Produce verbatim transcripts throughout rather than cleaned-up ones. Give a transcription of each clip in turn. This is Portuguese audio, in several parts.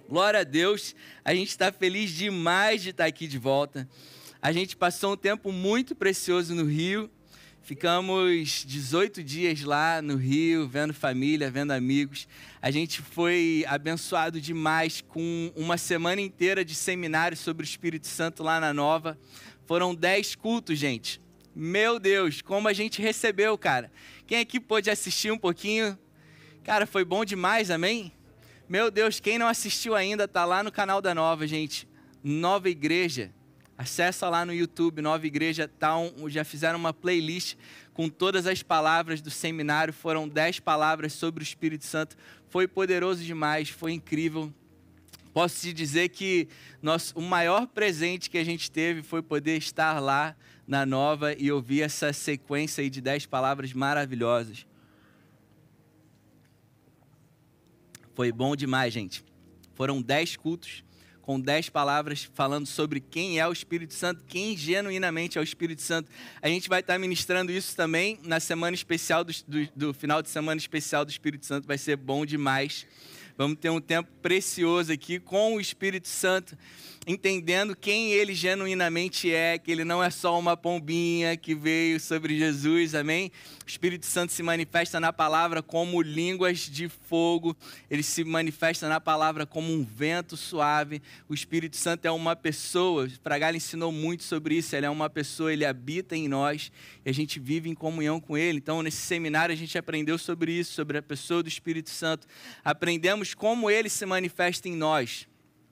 Glória a Deus, a gente está feliz demais de estar aqui de volta. A gente passou um tempo muito precioso no Rio, ficamos dezoito dias lá no Rio, vendo família, vendo amigos. A gente foi abençoado demais com uma semana inteira de seminário sobre o Espírito Santo lá na Nova. Foram dez cultos, gente. Meu Deus, como a gente recebeu, cara. Quem aqui pôde assistir um pouquinho? Cara, foi bom demais, amém? Meu Deus, quem não assistiu ainda, tá lá no canal da Nova, gente. Nova Igreja. Acessa lá no YouTube, Nova Igreja, tá um, já fizeram uma playlist com todas as palavras do seminário. Foram dez palavras sobre o Espírito Santo. Foi poderoso demais, foi incrível. Posso te dizer que nosso, o maior presente que a gente teve foi poder estar lá na Nova e ouvir essa sequência aí de dez palavras maravilhosas. Foi bom demais, gente. Foram dez cultos com dez palavras falando sobre quem é o Espírito Santo, quem genuinamente é o Espírito Santo. A gente vai estar ministrando isso também na semana especial, do, do, do final de semana especial do Espírito Santo. Vai ser bom demais. Vamos ter um tempo precioso aqui com o Espírito Santo, entendendo quem ele genuinamente é, que ele não é só uma pombinha que veio sobre Jesus, amém? O Espírito Santo se manifesta na palavra como línguas de fogo, ele se manifesta na palavra como um vento suave. O Espírito Santo é uma pessoa, Fragalho ensinou muito sobre isso, ele é uma pessoa, ele habita em nós e a gente vive em comunhão com ele. Então, nesse seminário a gente aprendeu sobre isso, sobre a pessoa do Espírito Santo, aprendemos como ele se manifesta em nós,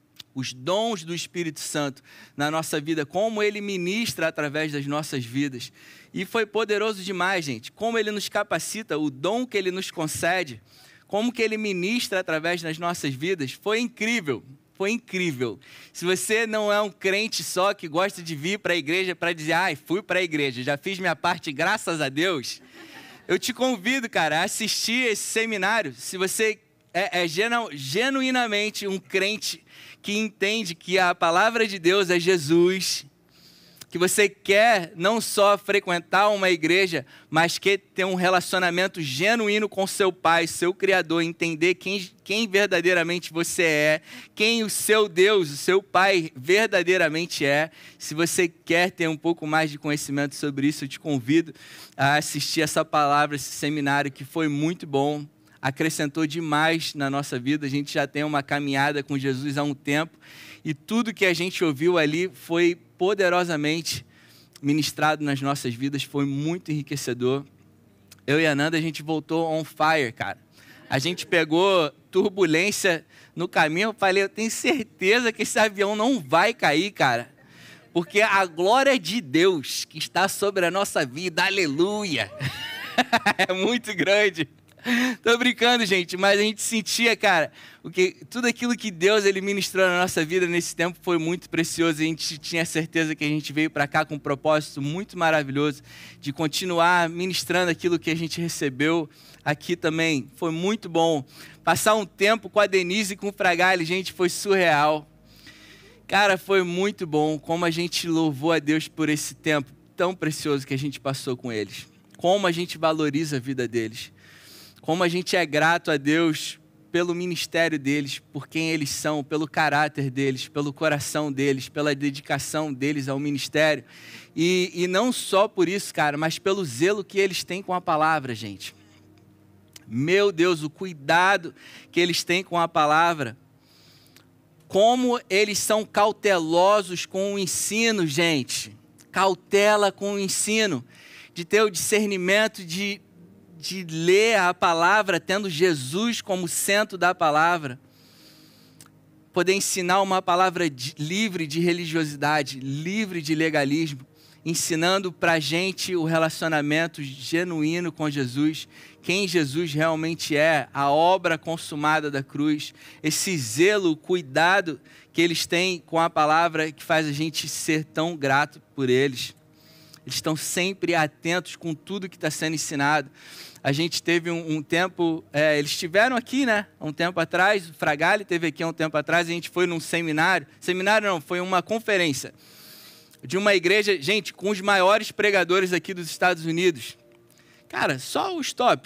os dons do Espírito Santo na nossa vida, como ele ministra através das nossas vidas. E foi poderoso demais, gente, como ele nos capacita, o dom que ele nos concede, como que ele ministra através das nossas vidas, foi incrível, foi incrível. Se você não é um crente só que gosta de vir para a igreja para dizer, ai, fui para a igreja, já fiz minha parte, graças a Deus, eu te convido, cara, a assistir esse seminário. Se você é, é genu, genuinamente um crente que entende que a palavra de Deus é Jesus, que você quer não só frequentar uma igreja, mas quer ter um relacionamento genuíno com seu Pai, seu Criador, entender quem, quem verdadeiramente você é, quem o seu Deus, o seu Pai verdadeiramente é. Se você quer ter um pouco mais de conhecimento sobre isso, eu te convido a assistir essa palavra, esse seminário que foi muito bom. Acrescentou demais na nossa vida. A gente já tem uma caminhada com Jesus há um tempo e tudo que a gente ouviu ali foi poderosamente ministrado nas nossas vidas, foi muito enriquecedor. Eu e a Nanda, a gente voltou on fire, cara. A gente pegou turbulência no caminho, eu falei, eu tenho certeza que esse avião não vai cair, cara, porque a glória de Deus que está sobre a nossa vida, aleluia, é muito grande. Tô brincando, gente, mas a gente sentia, cara, o que, tudo aquilo que Deus ele ministrou na nossa vida nesse tempo foi muito precioso. A gente tinha certeza que a gente veio para cá com um propósito muito maravilhoso de continuar ministrando aquilo que a gente recebeu aqui também. Foi muito bom. Passar um tempo com a Denise e com o Fragalho, gente, foi surreal. Cara, foi muito bom como a gente louvou a Deus por esse tempo tão precioso que a gente passou com eles. Como a gente valoriza a vida deles. Como a gente é grato a Deus pelo ministério deles, por quem eles são, pelo caráter deles, pelo coração deles, pela dedicação deles ao ministério. E, e não só por isso, cara, mas pelo zelo que eles têm com a palavra, gente. Meu Deus, o cuidado que eles têm com a palavra. Como eles são cautelosos com o ensino, gente. Cautela com o ensino. De ter o discernimento de... de ler a palavra, tendo Jesus como centro da palavra, poder ensinar uma palavra de, livre de religiosidade, livre de legalismo, ensinando para a gente o relacionamento genuíno com Jesus, quem Jesus realmente é, a obra consumada da cruz, esse zelo, cuidado que eles têm com a palavra que faz a gente ser tão grato por eles. Eles estão sempre atentos com tudo que está sendo ensinado. A gente teve um, um tempo, é, eles estiveram aqui, né? Um tempo atrás, o Fragalho esteve aqui há um tempo atrás, a gente foi num seminário, seminário não, foi uma conferência de uma igreja, gente, com os maiores pregadores aqui dos Estados Unidos. Cara, só os tops.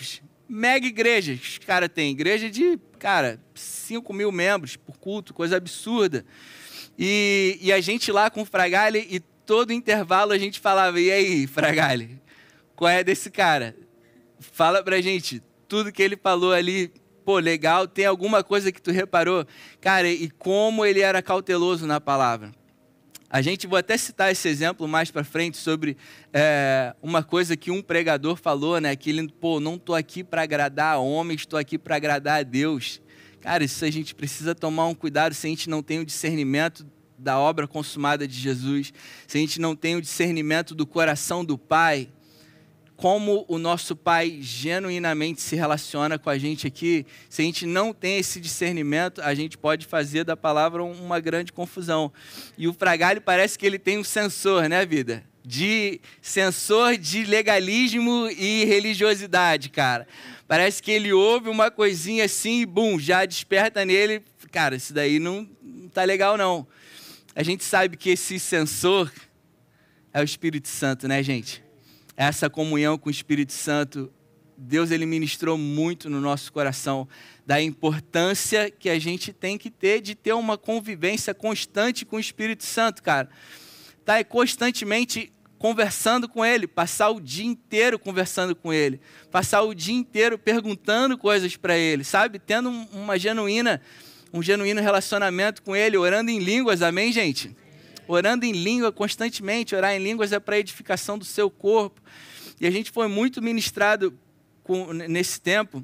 mega igreja. Os caras têm igreja de, cara, cinco mil membros por culto, coisa absurda. E, e a gente lá com o Fragale, e todo intervalo a gente falava, e aí, Fragale, qual é desse cara? Fala pra gente, tudo que ele falou ali, pô, legal, tem alguma coisa que tu reparou? Cara, e como ele era cauteloso na palavra. A gente, vou até citar esse exemplo mais para frente sobre é, uma coisa que um pregador falou, né? Que ele, pô, não estou aqui para agradar a homens, estou aqui para agradar a Deus. Cara, isso a gente precisa tomar um cuidado se a gente não tem o discernimento da obra consumada de Jesus, se a gente não tem o discernimento do coração do Pai, como o nosso Pai genuinamente se relaciona com a gente aqui, se a gente não tem esse discernimento, a gente pode fazer da palavra uma grande confusão. E o Fragale parece que ele tem um sensor, né, vida? De sensor de legalismo e religiosidade, cara. Parece que ele ouve uma coisinha assim e, bum, já desperta nele. Cara, isso daí não, não tá legal, não. A gente sabe que esse sensor é o Espírito Santo, né, gente? Essa comunhão com o Espírito Santo, Deus ele ministrou muito no nosso coração, da importância que a gente tem que ter de ter uma convivência constante com o Espírito Santo, cara. Tá aí constantemente conversando com ele, passar o dia inteiro conversando com ele, passar o dia inteiro perguntando coisas para ele, sabe? Tendo uma genuína, um genuíno relacionamento com ele, orando em línguas, amém, gente? Orando em língua constantemente, orar em línguas é para a edificação do seu corpo. E a gente foi muito ministrado com, nesse tempo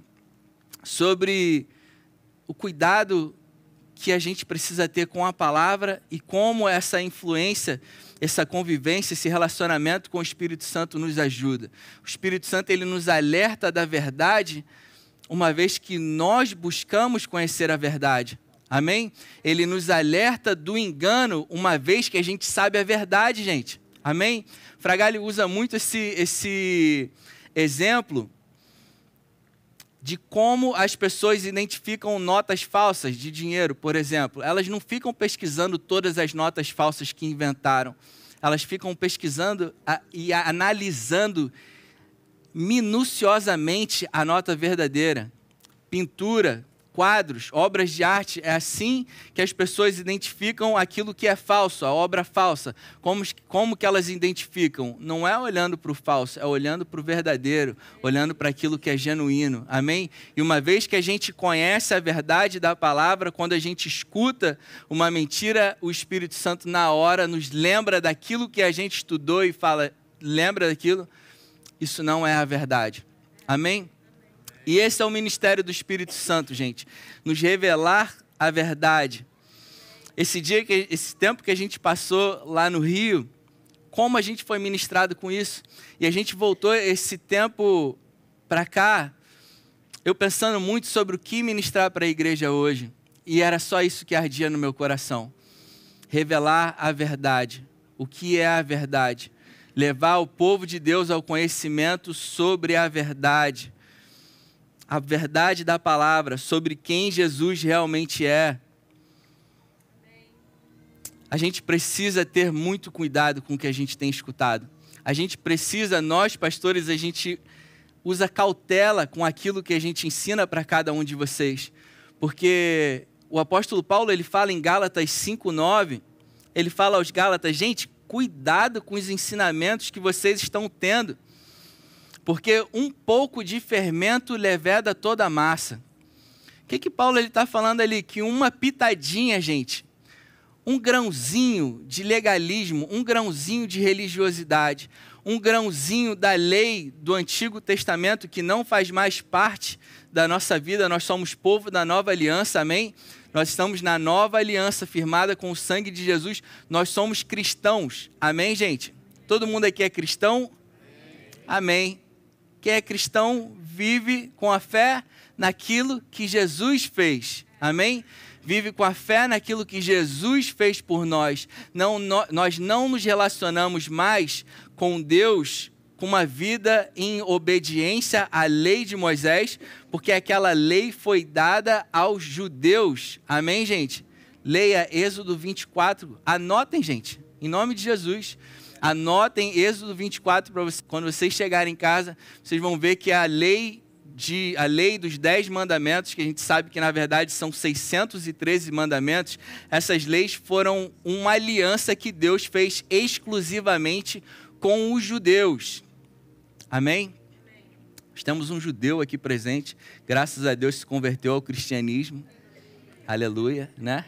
sobre o cuidado que a gente precisa ter com a palavra e como essa influência, essa convivência, esse relacionamento com o Espírito Santo nos ajuda. O Espírito Santo ele nos alerta da verdade, uma vez que nós buscamos conhecer a verdade. Amém? Ele nos alerta do engano, uma vez que a gente sabe a verdade, gente. Amém? Fragale usa muito esse, esse exemplo de como as pessoas identificam notas falsas de dinheiro, por exemplo. Elas não ficam pesquisando todas as notas falsas que inventaram. Elas ficam pesquisando a, e a, analisando minuciosamente a nota verdadeira. Pintura, quadros, obras de arte, é assim que as pessoas identificam aquilo que é falso, a obra falsa. Como, como que elas identificam? Não é olhando para o falso, é olhando para o verdadeiro, olhando para aquilo que é genuíno, amém? E uma vez que a gente conhece a verdade da palavra, quando a gente escuta uma mentira, o Espírito Santo na hora nos lembra daquilo que a gente estudou e fala, lembra daquilo? Isso não é a verdade, amém? E esse é o ministério do Espírito Santo, gente. Nos revelar a verdade. Esse dia, que, esse tempo que a gente passou lá no Rio, como a gente foi ministrado com isso. E a gente voltou esse tempo para cá, eu pensando muito sobre o que ministrar para a igreja hoje. E era só isso que ardia no meu coração. Revelar a verdade. O que é a verdade? Levar o povo de Deus ao conhecimento sobre a verdade. A verdade da palavra, sobre quem Jesus realmente é. A gente precisa ter muito cuidado com o que a gente tem escutado. A gente precisa, nós pastores, a gente usa cautela com aquilo que a gente ensina para cada um de vocês. Porque o apóstolo Paulo, ele fala em Gálatas cinco, nove, ele fala aos Gálatas, gente, cuidado com os ensinamentos que vocês estão tendo. Porque um pouco de fermento leveda toda a massa. O que que Paulo está falando ali? Que uma pitadinha, gente, um grãozinho de legalismo, um grãozinho de religiosidade, um grãozinho da lei do Antigo Testamento que não faz mais parte da nossa vida, nós somos povo da nova aliança, amém? Nós estamos na nova aliança firmada com o sangue de Jesus, nós somos cristãos, amém, gente? Todo mundo aqui é cristão? Amém. Quem é cristão vive com a fé naquilo que Jesus fez. Amém? Vive com a fé naquilo que Jesus fez por nós. Não, no, nós não nos relacionamos mais com Deus com uma vida em obediência à lei de Moisés, porque aquela lei foi dada aos judeus. Amém, gente? Leia Êxodo vinte e quatro. Anotem, gente, em nome de Jesus. Anotem Êxodo vinte e quatro para vocês. Quando vocês chegarem em casa, vocês vão ver que a lei de, a lei dos dez mandamentos, que a gente sabe que na verdade são seiscentos e treze mandamentos, essas leis foram uma aliança que Deus fez exclusivamente com os judeus. Amém? Amém. Nós temos um judeu aqui presente, graças a Deus se converteu ao cristianismo. Aleluia, né?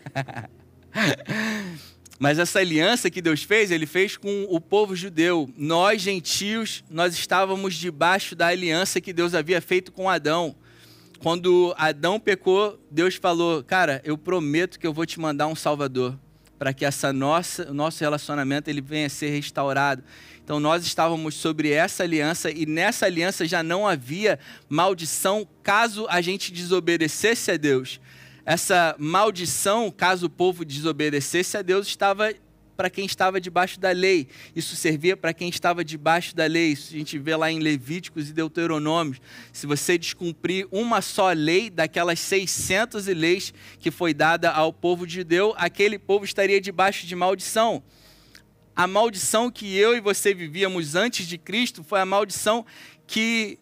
Mas essa aliança que Deus fez, Ele fez com o povo judeu. Nós, gentios, nós estávamos debaixo da aliança que Deus havia feito com Adão. Quando Adão pecou, Deus falou, cara, eu prometo que eu vou te mandar um Salvador, para que essa nossa, nosso relacionamento ele venha a ser restaurado. Então nós estávamos sobre essa aliança e nessa aliança já não havia maldição caso a gente desobedecesse a Deus. Essa maldição, caso o povo desobedecesse a Deus, estava para quem estava debaixo da lei. Isso servia para quem estava debaixo da lei. Isso a gente vê lá em Levíticos e Deuteronômios. Se você descumprir uma só lei, daquelas seiscentas leis que foi dada ao povo judeu, aquele povo estaria debaixo de maldição. A maldição que eu e você vivíamos antes de Cristo foi a maldição que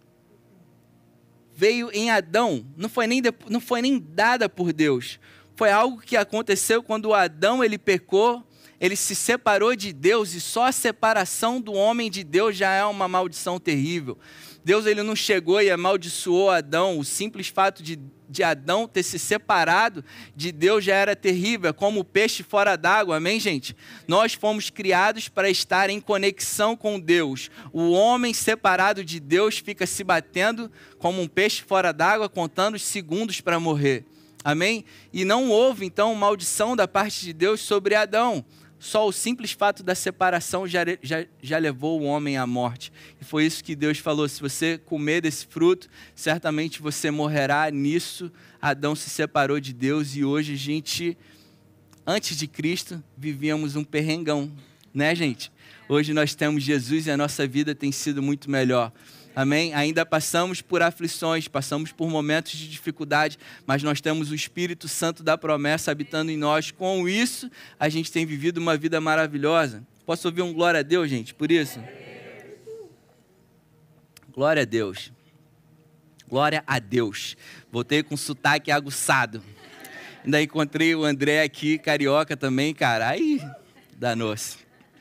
veio em Adão, não foi nem, não foi nem dada por Deus. Foi algo que aconteceu quando Adão ele pecou, ele se separou de Deus e só a separação do homem de Deus já é uma maldição terrível. Deus ele não chegou e amaldiçoou Adão, o simples fato de, de Adão ter se separado de Deus já era terrível, é como o peixe fora d'água, amém, gente? Nós fomos criados para estar em conexão com Deus. O homem separado de Deus fica se batendo como um peixe fora d'água, contando os segundos para morrer, amém? E não houve, então, maldição da parte de Deus sobre Adão. Só o simples fato da separação já, já, já levou o homem à morte. E foi isso que Deus falou, se você comer desse fruto, certamente você morrerá nisso. Adão se separou de Deus e hoje a gente, antes de Cristo, vivíamos um perrengão, né, gente? Hoje nós temos Jesus e a nossa vida tem sido muito melhor. Amém? Ainda passamos por aflições, passamos por momentos de dificuldade, mas nós temos o Espírito Santo da promessa habitando em nós. Com isso, a gente tem vivido uma vida maravilhosa. Posso ouvir um glória a Deus, gente, por isso? Glória a Deus. Glória a Deus. Voltei com sotaque aguçado. Ainda encontrei o André aqui, carioca também, cara. Aí, danou-se.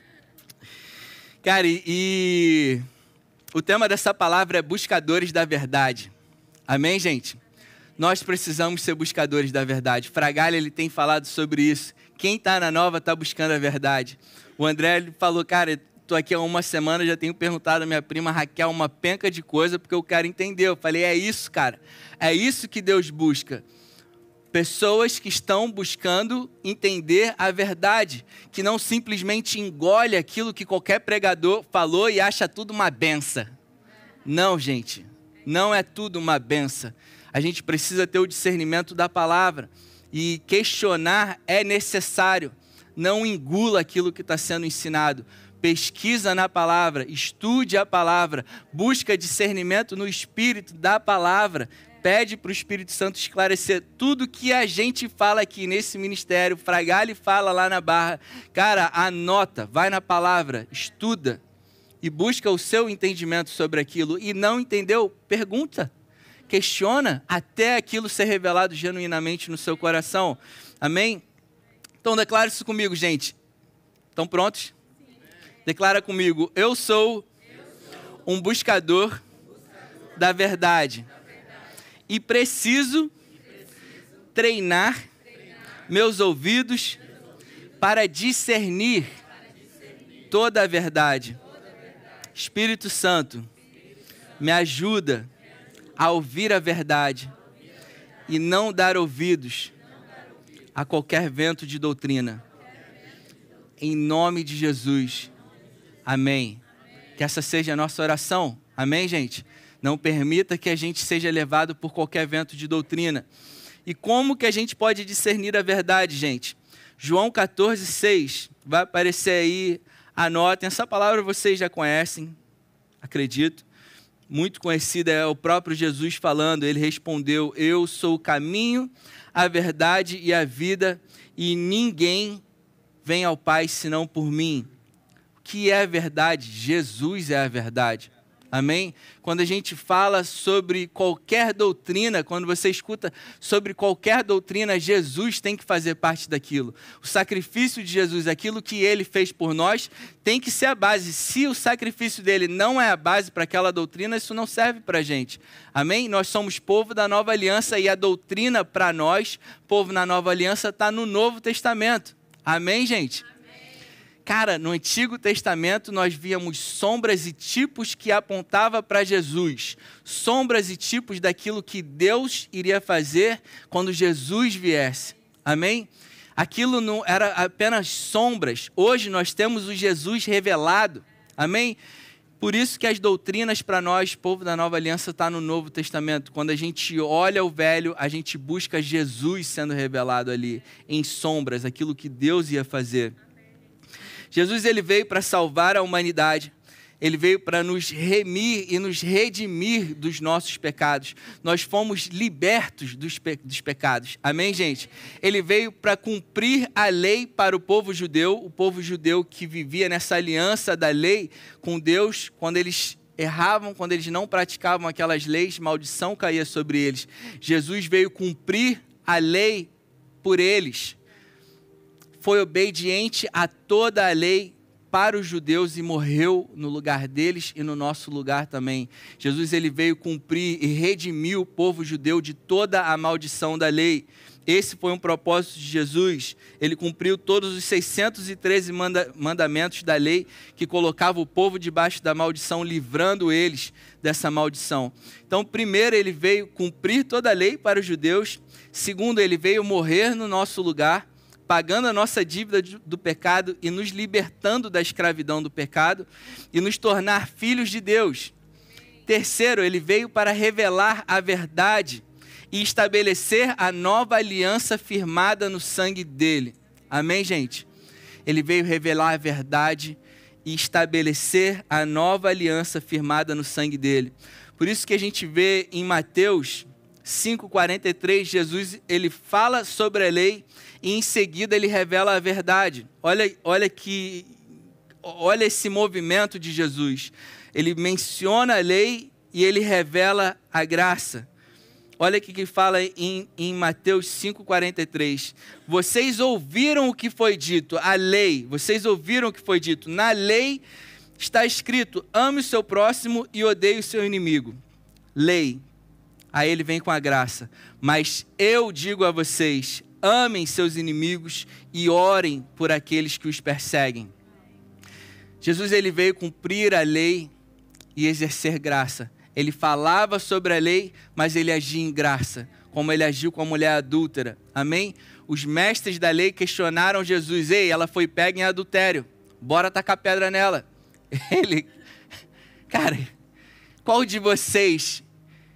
Cara, e... o tema dessa palavra é buscadores da verdade. Amém, gente? Nós precisamos ser buscadores da verdade. Fragalha, ele tem falado sobre isso. Quem está na nova está buscando a verdade. O André ele falou, cara, estou aqui há uma semana, já tenho perguntado à minha prima Raquel uma penca de coisa, porque eu quero entender. Eu falei, é isso, cara. É isso que Deus busca. Pessoas que estão buscando entender a verdade, que não simplesmente engole aquilo que qualquer pregador falou e acha tudo uma benção. Não, gente, não é tudo uma benção. A gente precisa ter o discernimento da palavra e questionar é necessário. Não engula aquilo que está sendo ensinado. Pesquisa na palavra, estude a palavra, busca discernimento no espírito da palavra. Pede para o Espírito Santo esclarecer tudo que a gente fala aqui nesse ministério. Fragalha fala lá na Barra. Cara, anota, vai na palavra, estuda e busca o seu entendimento sobre aquilo. E não entendeu? Pergunta, questiona até aquilo ser revelado genuinamente no seu coração. Amém? Então declara isso comigo, gente. Estão prontos? Sim. Declara comigo, eu sou um buscador da verdade. E preciso treinar meus ouvidos para discernir toda a verdade. Espírito Santo, me ajuda a ouvir a verdade e não dar ouvidos a qualquer vento de doutrina. Em nome de Jesus. Amém. Que essa seja a nossa oração. Amém, gente? Não permita que a gente seja levado por qualquer vento de doutrina. E como que a gente pode discernir a verdade, gente? João quatorze, seis. Vai aparecer aí. Anotem. Essa palavra vocês já conhecem, acredito. Muito conhecida, é o próprio Jesus falando. Ele respondeu, eu sou o caminho, a verdade e a vida, e ninguém vem ao Pai senão por mim. O que é a verdade? Jesus é a verdade. Amém? Quando a gente fala sobre qualquer doutrina, quando você escuta sobre qualquer doutrina, Jesus tem que fazer parte daquilo. O sacrifício de Jesus, aquilo que ele fez por nós, tem que ser a base. Se o sacrifício dele não é a base para aquela doutrina, isso não serve para a gente. Amém? Nós somos povo da nova aliança e a doutrina para nós, povo na nova aliança, está no Novo Testamento. Amém, gente? Cara, no Antigo Testamento nós víamos sombras e tipos que apontavam para Jesus. Sombras e tipos daquilo que Deus iria fazer quando Jesus viesse. Amém? Aquilo não era apenas sombras. Hoje nós temos o Jesus revelado. Amém? Por isso que as doutrinas para nós, povo da nova aliança, está no Novo Testamento. Quando a gente olha o velho, a gente busca Jesus sendo revelado ali, em sombras, aquilo que Deus ia fazer. Jesus ele veio para salvar a humanidade, ele veio para nos remir e nos redimir dos nossos pecados. Nós fomos libertos dos, pe dos pecados, amém, gente? Ele veio para cumprir a lei para o povo judeu, o povo judeu que vivia nessa aliança da lei com Deus. Quando eles erravam, quando eles não praticavam aquelas leis, maldição caía sobre eles. Jesus veio cumprir a lei por eles. Foi obediente a toda a lei para os judeus e morreu no lugar deles e no nosso lugar também. Jesus ele veio cumprir e redimir o povo judeu de toda a maldição da lei. Esse foi um propósito de Jesus. Ele cumpriu todos os seiscentos e treze manda mandamentos da lei que colocava o povo debaixo da maldição, livrando eles dessa maldição. Então, primeiro, ele veio cumprir toda a lei para os judeus. Segundo, ele veio morrer no nosso lugar, pagando a nossa dívida do pecado e nos libertando da escravidão do pecado e nos tornar filhos de Deus. Terceiro, ele veio para revelar a verdade e estabelecer a nova aliança firmada no sangue dele. Amém, gente? Ele veio revelar a verdade e estabelecer a nova aliança firmada no sangue dele. Por isso que a gente vê em Mateus cinco, quarenta e três, Jesus ele fala sobre a lei e em seguida ele revela a verdade. Olha, olha, que, olha esse movimento de Jesus. Ele menciona a lei e ele revela a graça. Olha o que fala em, em Mateus cinco, quarenta e três. Vocês ouviram o que foi dito, a lei, vocês ouviram o que foi dito. Na lei está escrito, ame o seu próximo e odeie o seu inimigo. Lei. Aí ele vem com a graça. Mas eu digo a vocês, amem seus inimigos e orem por aqueles que os perseguem. Jesus ele veio cumprir a lei e exercer graça. Ele falava sobre a lei, mas ele agia em graça, como ele agiu com a mulher adúltera. Amém? Os mestres da lei questionaram Jesus. Ei, ela foi pega em adultério. Bora tacar pedra nela. Ele, cara, qual de vocês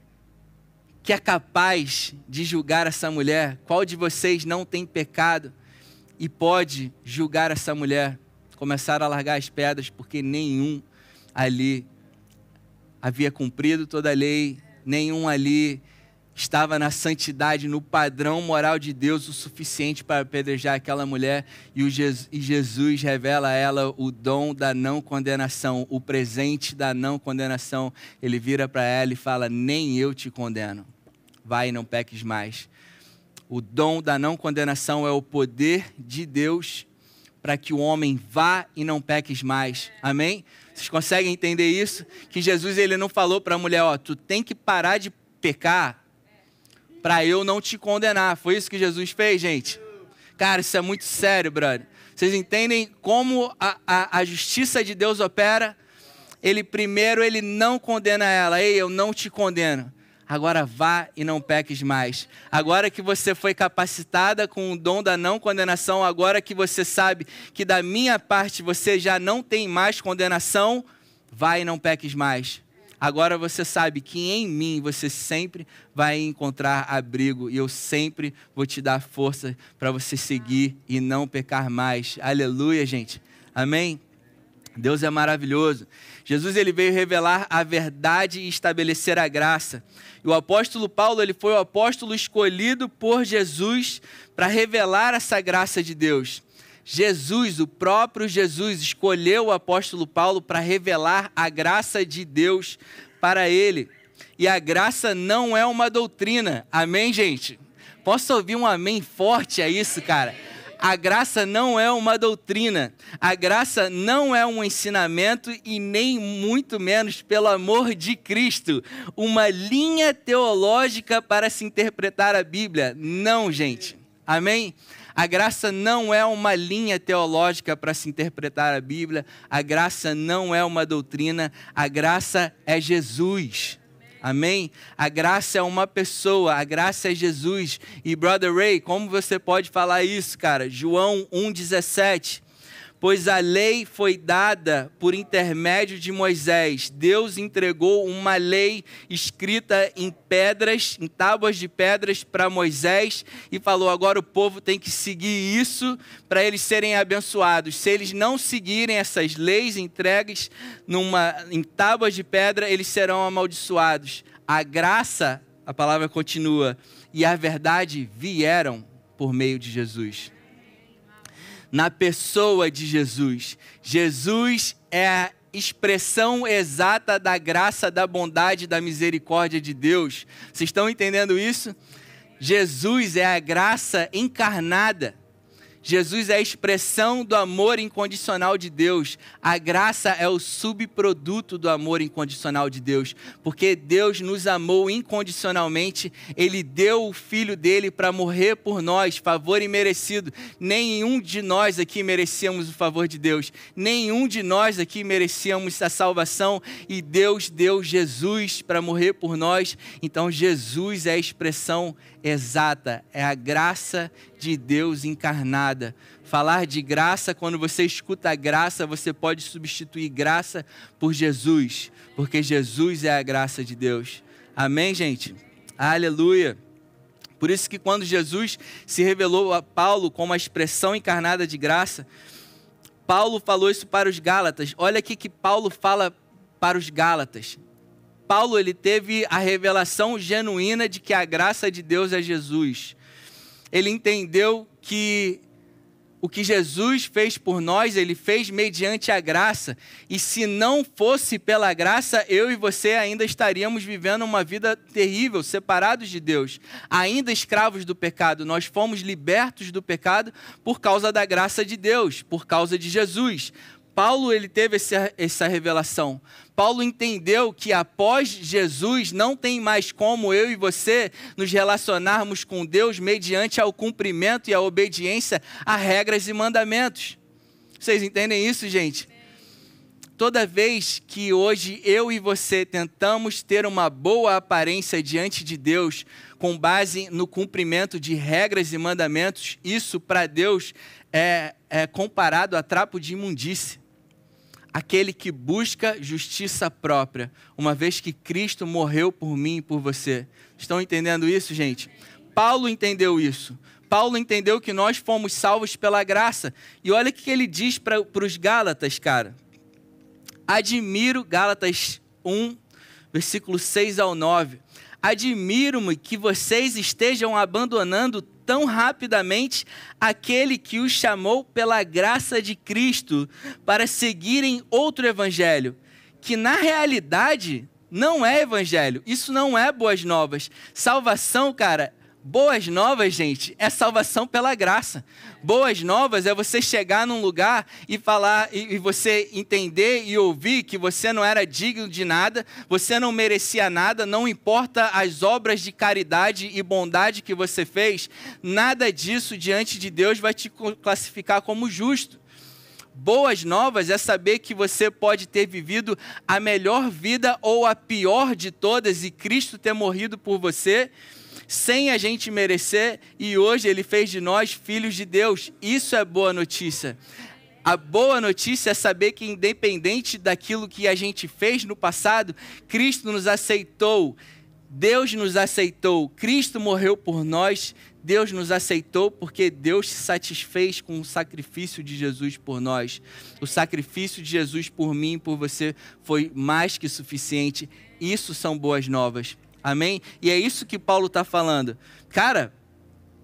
que é capaz de julgar essa mulher? Qual de vocês não tem pecado e pode julgar essa mulher? Começaram a largar as pedras porque nenhum ali havia cumprido toda a lei, nenhum ali estava na santidade, no padrão moral de Deus o suficiente para apedrejar aquela mulher. E, o Jesus, e Jesus revela a ela o dom da não condenação, o presente da não condenação. Ele vira para ela e fala, nem eu te condeno. Vai e não peques mais. O dom da não condenação é o poder de Deus para que o homem vá e não peques mais. Amém? Vocês conseguem entender isso? Que Jesus ele não falou para a mulher, ó, tu tem que parar de pecar para eu não te condenar. Foi isso que Jesus fez, gente? Cara, isso é muito sério, brother. Vocês entendem como a, a, a justiça de Deus opera? Ele primeiro, ele não condena ela. Ei, eu não te condeno. Agora vá e não peques mais. Agora que você foi capacitada com o dom da não condenação, agora que você sabe que da minha parte você já não tem mais condenação, vá e não peques mais. Agora você sabe que em mim você sempre vai encontrar abrigo e eu sempre vou te dar força para você seguir e não pecar mais. Aleluia, gente. Amém? Deus é maravilhoso. Jesus ele veio revelar a verdade e estabelecer a graça. E o apóstolo Paulo ele foi o apóstolo escolhido por Jesus para revelar essa graça de Deus. Jesus, o próprio Jesus, escolheu o apóstolo Paulo para revelar a graça de Deus para ele. E a graça não é uma doutrina. Amém, gente? Posso ouvir um amém forte a isso, cara? A graça não é uma doutrina. A graça não é um ensinamento e nem muito menos, pelo amor de Cristo, uma linha teológica para se interpretar a Bíblia. Não, gente. Amém? A graça não é uma linha teológica para se interpretar a Bíblia. A graça não é uma doutrina. A graça é Jesus. Amém? A graça é uma pessoa, a graça é Jesus. E, Brother Ray, como você pode falar isso, cara? João um, dezessete. Pois a lei foi dada por intermédio de Moisés. Deus entregou uma lei escrita em pedras, em tábuas de pedras para Moisés e falou, agora o povo tem que seguir isso para eles serem abençoados. Se eles não seguirem essas leis entregues numa, em tábuas de pedra, eles serão amaldiçoados. A graça, a palavra continua, e a verdade vieram por meio de Jesus. Na pessoa de Jesus. Jesus é a expressão exata da graça, da bondade, da misericórdia de Deus. Vocês estão entendendo isso? Jesus é a graça encarnada. Jesus é a expressão do amor incondicional de Deus. A graça é o subproduto do amor incondicional de Deus. Porque Deus nos amou incondicionalmente. Ele deu o Filho dele para morrer por nós, favor imerecido. Nenhum de nós aqui merecíamos o favor de Deus. Nenhum de nós aqui merecíamos a salvação. E Deus deu Jesus para morrer por nós. Então Jesus é a expressão exata. É a graça de Deus encarnada. Falar de graça, quando você escuta a graça, você pode substituir graça por Jesus, porque Jesus é a graça de Deus. Amém, gente? Aleluia! Por isso que quando Jesus se revelou a Paulo como a expressão encarnada de graça, Paulo falou isso para os Gálatas. Olha aqui que Paulo fala para os Gálatas. Paulo, ele teve a revelação genuína de que a graça de Deus é Jesus. Ele entendeu que o que Jesus fez por nós, ele fez mediante a graça. E se não fosse pela graça, eu e você ainda estaríamos vivendo uma vida terrível, separados de Deus. Ainda escravos do pecado. Nós fomos libertos do pecado por causa da graça de Deus, por causa de Jesus. Paulo, ele teve essa, essa revelação. Paulo entendeu que após Jesus não tem mais como eu e você nos relacionarmos com Deus mediante ao cumprimento e a obediência a regras e mandamentos. Vocês entendem isso, gente? Toda vez que hoje eu e você tentamos ter uma boa aparência diante de Deus com base no cumprimento de regras e mandamentos, isso para Deus é, é comparado a trapo de imundície. Aquele que busca justiça própria, uma vez que Cristo morreu por mim e por você. Estão entendendo isso, gente? Paulo entendeu isso. Paulo entendeu que nós fomos salvos pela graça. E olha o que ele diz para os Gálatas, cara. Admiro, Gálatas um, versículo seis ao nove. Admiro-me que vocês estejam abandonando tão rapidamente aquele que os chamou pela graça de Cristo para seguirem outro evangelho, que na realidade não é evangelho, isso não é boas novas. Salvação, cara, boas novas, gente, é salvação pela graça. Boas novas é você chegar num lugar e falar, e, e você entender e ouvir que você não era digno de nada, você não merecia nada, não importa as obras de caridade e bondade que você fez, nada disso diante de Deus vai te classificar como justo. Boas novas é saber que você pode ter vivido a melhor vida ou a pior de todas e Cristo ter morrido por você, sem a gente merecer, e hoje ele fez de nós filhos de Deus. Isso é boa notícia. A boa notícia é saber que independente daquilo que a gente fez no passado, Cristo nos aceitou. Deus nos aceitou. Cristo morreu por nós. Deus nos aceitou porque Deus se satisfez com o sacrifício de Jesus por nós. O sacrifício de Jesus por mim e por você foi mais que suficiente. Isso são boas novas. Amém? E é isso que Paulo está falando. Cara,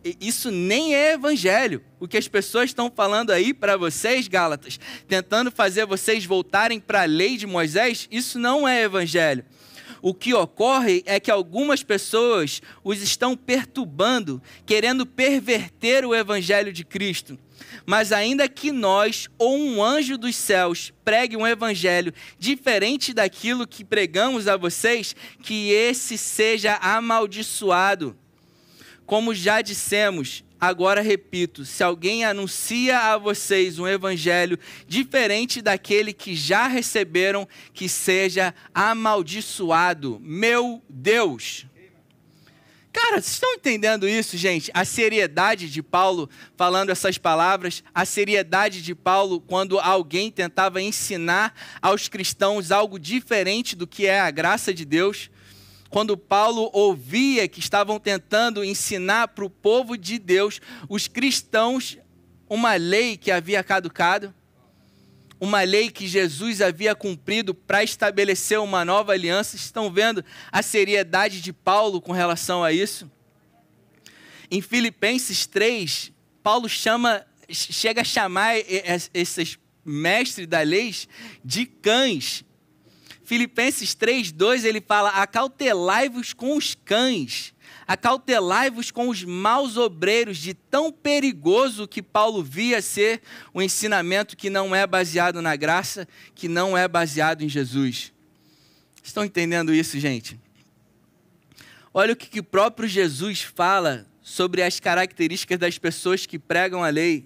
isso nem é evangelho. O que as pessoas estão falando aí para vocês, Gálatas, tentando fazer vocês voltarem para a lei de Moisés, isso não é evangelho. O que ocorre é que algumas pessoas os estão perturbando, querendo perverter o evangelho de Cristo. Mas ainda que nós ou um anjo dos céus pregue um evangelho diferente daquilo que pregamos a vocês, que esse seja amaldiçoado. Como já dissemos, agora repito, se alguém anuncia a vocês um evangelho diferente daquele que já receberam, que seja amaldiçoado. Meu Deus! Cara, vocês estão entendendo isso, gente? A seriedade de Paulo falando essas palavras, a seriedade de Paulo quando alguém tentava ensinar aos cristãos algo diferente do que é a graça de Deus. Quando Paulo ouvia que estavam tentando ensinar para o povo de Deus, os cristãos, uma lei que havia caducado, uma lei que Jesus havia cumprido para estabelecer uma nova aliança. Estão vendo a seriedade de Paulo com relação a isso? Em Filipenses três, Paulo chama, chega a chamar esses mestres da lei de cães. Filipenses três, dois, ele fala: acautelai-vos com os cães, acautelai-vos com os maus obreiros, de tão perigoso que Paulo via ser um ensinamento que não é baseado na graça, que não é baseado em Jesus. Estão entendendo isso, gente? Olha o que, que o próprio Jesus fala sobre as características das pessoas que pregam a lei.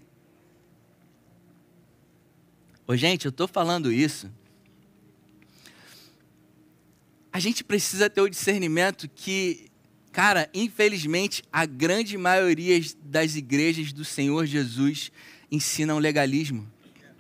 Ô, gente, eu estou falando isso. A gente precisa ter o discernimento que, cara, infelizmente, a grande maioria das igrejas do Senhor Jesus ensinam legalismo.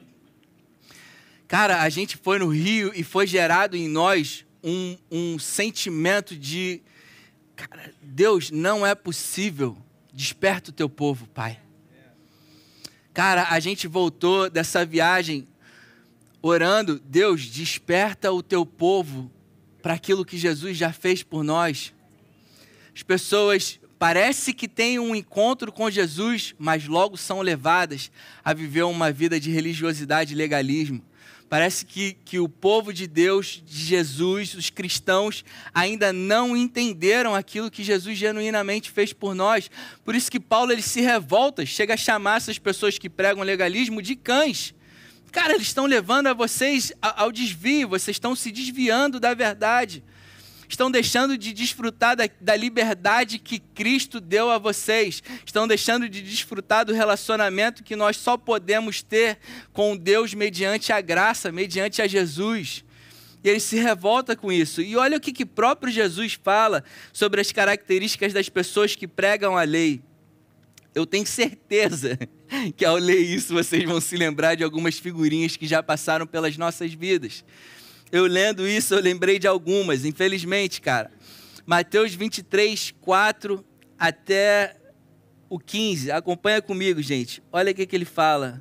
Cara, a gente foi no Rio e foi gerado em nós um, um sentimento de, cara, Deus, não é possível, desperta o teu povo, Pai. Cara, a gente voltou dessa viagem orando, Deus, desperta o teu povo para aquilo que Jesus já fez por nós. As pessoas parece que têm um encontro com Jesus, mas logo são levadas a viver uma vida de religiosidade e legalismo. Parece que, que o povo de Deus, de Jesus, os cristãos, ainda não entenderam aquilo que Jesus genuinamente fez por nós. Por isso que Paulo ele se revolta, chega a chamar essas pessoas que pregam legalismo de cães. Cara, eles estão levando a vocês ao desvio, vocês estão se desviando da verdade. Estão deixando de desfrutar da, da liberdade que Cristo deu a vocês. Estão deixando de desfrutar do relacionamento que nós só podemos ter com Deus mediante a graça, mediante a Jesus. E ele se revolta com isso. E olha o que, que próprio Jesus fala sobre as características das pessoas que pregam a lei. Eu tenho certeza que ao ler isso vocês vão se lembrar de algumas figurinhas que já passaram pelas nossas vidas. Eu lendo isso, eu lembrei de algumas, infelizmente, cara. Mateus vinte e três, quatro até o quinze. Acompanha comigo, gente. Olha o que, que ele fala.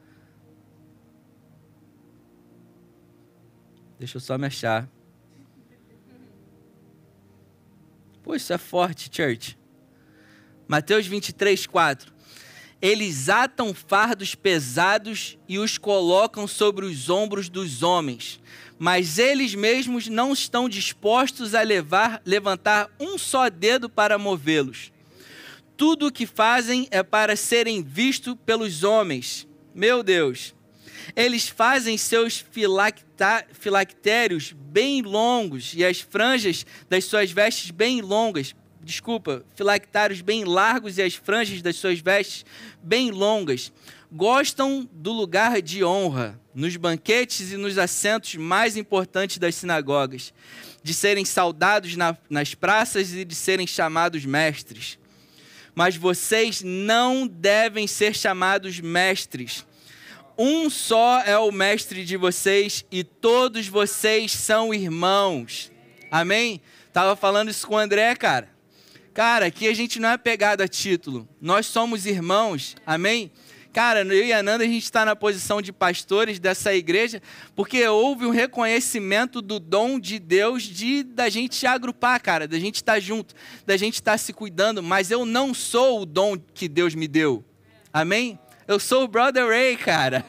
Deixa eu só me achar. Pô, isso é forte, church. Mateus vinte e três, quatro. Eles atam fardos pesados e os colocam sobre os ombros dos homens, mas eles mesmos não estão dispostos a levar, levantar um só dedo para movê-los. Tudo o que fazem é para serem vistos pelos homens. Meu Deus! Eles fazem seus filacta, filactérios bem longos e as franjas das suas vestes bem longas. Desculpa, filactários bem largos e as franjas das suas vestes bem longas. Gostam do lugar de honra, nos banquetes e nos assentos mais importantes das sinagogas, de serem saudados na, nas praças e de serem chamados mestres. Mas vocês não devem ser chamados mestres. Um só é o mestre de vocês e todos vocês são irmãos. Amém? Estava falando isso com o André, cara. Cara, aqui a gente não é pegado a título. Nós somos irmãos, amém? Cara, eu e a Nanda, a gente está na posição de pastores dessa igreja, porque houve um reconhecimento do dom de Deus de da gente se agrupar, cara, da gente estar junto, da gente estar se cuidando, mas eu não sou o dom que Deus me deu. Amém? Eu sou o Brother Ray, cara.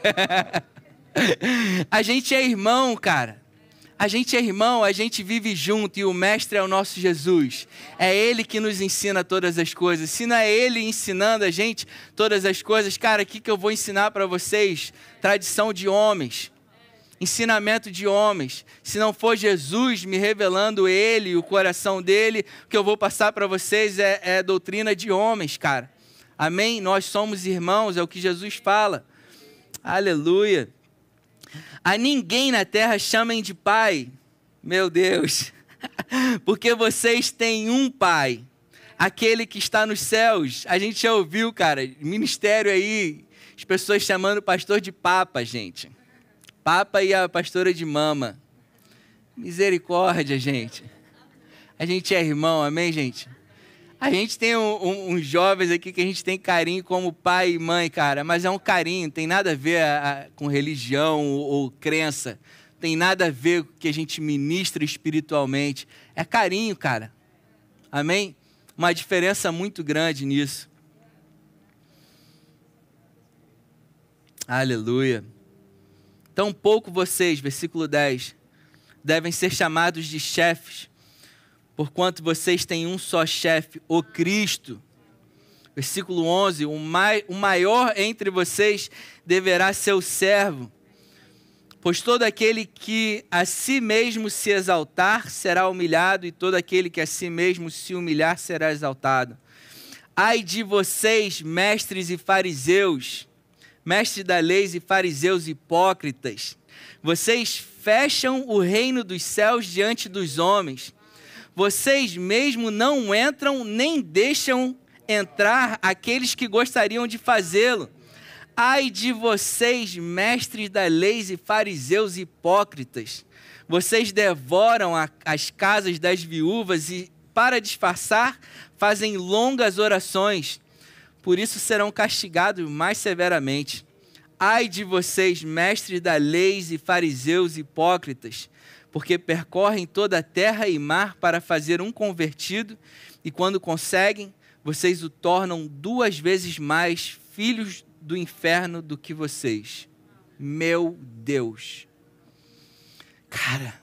A gente é irmão, cara. A gente é irmão, a gente vive junto e o mestre é o nosso Jesus. É Ele que nos ensina todas as coisas. Se não é Ele ensinando a gente todas as coisas, cara, o que, que eu vou ensinar para vocês? Tradição de homens, ensinamento de homens. Se não for Jesus me revelando Ele, o coração dEle, o que eu vou passar para vocês é, é doutrina de homens, cara. Amém? Nós somos irmãos, é o que Jesus fala. Aleluia. A ninguém na terra chamem de pai, meu Deus, porque vocês têm um pai, aquele que está nos céus. A gente já ouviu, cara, ministério aí, as pessoas chamando o pastor de papa, gente. Papa e a pastora de mama. Misericórdia, gente. A gente é irmão, amém, gente? A gente tem um, um, uns jovens aqui que a gente tem carinho como pai e mãe, cara, mas é um carinho, tem nada a ver a, a, com religião ou, ou crença, tem nada a ver com o que a gente ministra espiritualmente, é carinho, cara, amém? Uma diferença muito grande nisso. Aleluia. Tampouco vocês, versículo dez, devem ser chamados de chefes, porquanto vocês têm um só chefe, o Cristo. Versículo onze, o, mai, o maior entre vocês deverá ser o servo, pois todo aquele que a si mesmo se exaltar será humilhado, e todo aquele que a si mesmo se humilhar será exaltado. Ai de vocês, mestres e fariseus, mestres da lei e fariseus hipócritas, vocês fecham o reino dos céus diante dos homens. Vocês mesmo não entram nem deixam entrar aqueles que gostariam de fazê-lo. Ai de vocês, mestres da lei e fariseus hipócritas. Vocês devoram a, as casas das viúvas e, para disfarçar, fazem longas orações. Por isso serão castigados mais severamente. Ai de vocês, mestres da lei e fariseus hipócritas, porque percorrem toda a terra e mar para fazer um convertido, e quando conseguem, vocês o tornam duas vezes mais filhos do inferno do que vocês. Meu Deus. Cara,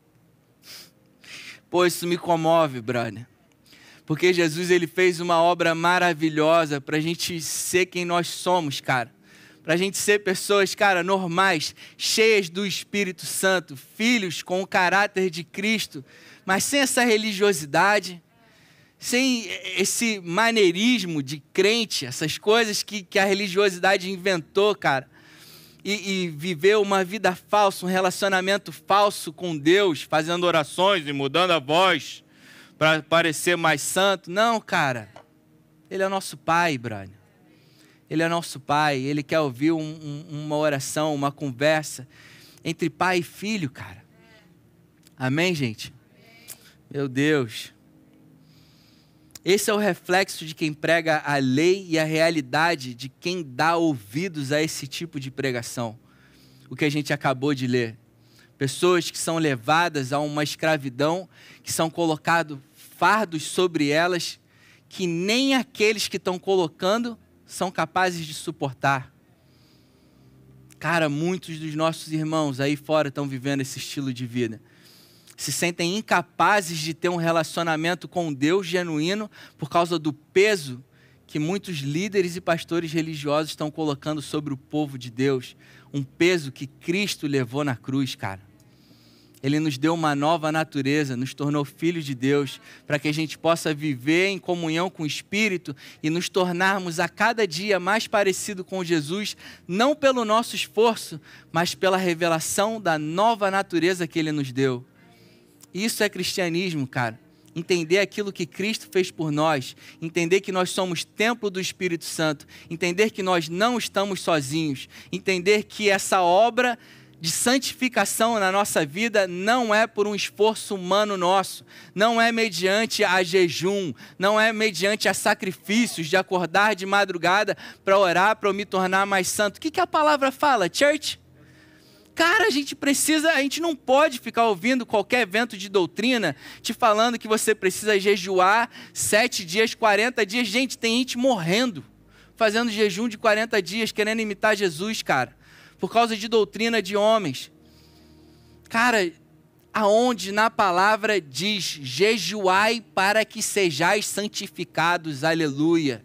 pô, isso me comove, brother. Porque Jesus, ele fez uma obra maravilhosa para a gente ser quem nós somos, cara. Para a gente ser pessoas, cara, normais, cheias do Espírito Santo, filhos com o caráter de Cristo, mas sem essa religiosidade, sem esse maneirismo de crente, essas coisas que, que a religiosidade inventou, cara, e, e viveu uma vida falsa, um relacionamento falso com Deus, fazendo orações e mudando a voz para parecer mais santo. Não, cara, Ele é o nosso Pai, brother. Ele é nosso Pai, Ele quer ouvir um, um, uma oração, uma conversa entre pai e filho, cara. Amém, gente? Meu Deus. Esse é o reflexo de quem prega a lei e a realidade de quem dá ouvidos a esse tipo de pregação. O que a gente acabou de ler. Pessoas que são levadas a uma escravidão, que são colocados fardos sobre elas, que nem aqueles que estão colocando são capazes de suportar. Cara, muitos dos nossos irmãos aí fora estão vivendo esse estilo de vida. Se sentem incapazes de ter um relacionamento com Deus genuíno por causa do peso que muitos líderes e pastores religiosos estão colocando sobre o povo de Deus. Um peso que Cristo levou na cruz, cara. Ele nos deu uma nova natureza, nos tornou filhos de Deus, para que a gente possa viver em comunhão com o Espírito e nos tornarmos a cada dia mais parecido com Jesus, não pelo nosso esforço, mas pela revelação da nova natureza que Ele nos deu. Isso é cristianismo, cara. Entender aquilo que Cristo fez por nós, entender que nós somos templo do Espírito Santo, entender que nós não estamos sozinhos, entender que essa obra de santificação na nossa vida não é por um esforço humano nosso, não é mediante a jejum, não é mediante a sacrifícios de acordar de madrugada para orar, para eu me tornar mais santo. O que, que a palavra fala, church? Cara, a gente precisa, a gente não pode ficar ouvindo qualquer evento de doutrina te falando que você precisa jejuar sete dias, quarenta dias. Gente, tem gente morrendo, fazendo jejum de quarenta dias, querendo imitar Jesus, cara, por causa de doutrina de homens. Cara, aonde na palavra diz, jejuai para que sejais santificados, aleluia.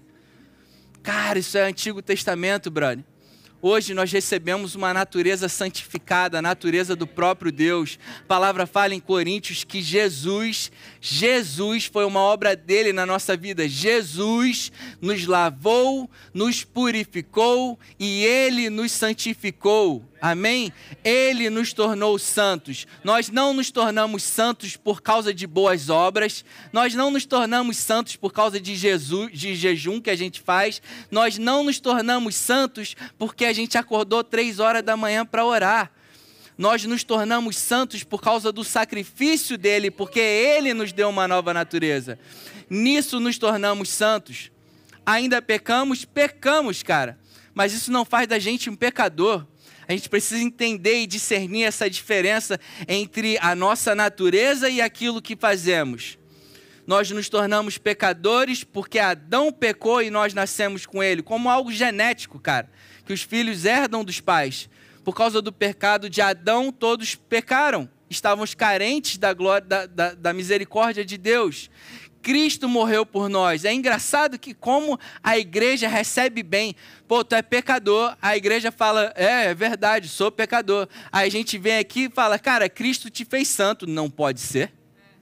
Cara, isso é Antigo Testamento, brother. Hoje nós recebemos uma natureza santificada, a natureza do próprio Deus. A palavra fala em Coríntios que Jesus, Jesus foi uma obra dele na nossa vida. Jesus nos lavou, nos purificou e ele nos santificou. Amém? Ele nos tornou santos. Nós não nos tornamos santos por causa de boas obras. Nós não nos tornamos santos por causa de, Jesus, de jejum que a gente faz. Nós não nos tornamos santos porque a gente acordou três horas da manhã para orar. Nós nos tornamos santos por causa do sacrifício dele, porque ele nos deu uma nova natureza. Nisso nos tornamos santos. Ainda pecamos? Pecamos, cara. Mas isso não faz da gente um pecador. A gente precisa entender e discernir essa diferença entre a nossa natureza e aquilo que fazemos. Nós nos tornamos pecadores porque Adão pecou e nós nascemos com ele, como algo genético, cara, que os filhos herdam dos pais. Por causa do pecado de Adão, todos pecaram, estávamos carentes da glória, da, da, da misericórdia de Deus. Cristo morreu por nós. É engraçado que como a igreja recebe bem. Pô, tu é pecador. A igreja fala, é, é verdade, sou pecador. Aí a gente vem aqui e fala, cara, Cristo te fez santo. Não pode ser.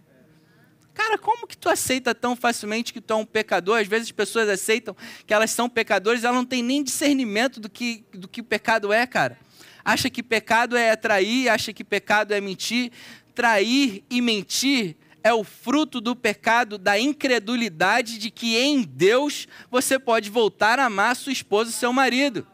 Cara, como que tu aceita tão facilmente que tu é um pecador? Às vezes as pessoas aceitam que elas são pecadores, elas não têm nem discernimento do que, do que o pecado é, cara. Acha que pecado é trair, acha que pecado é mentir. Trair e mentir é o fruto do pecado, da incredulidade de que em Deus você pode voltar a amar sua esposa e seu marido.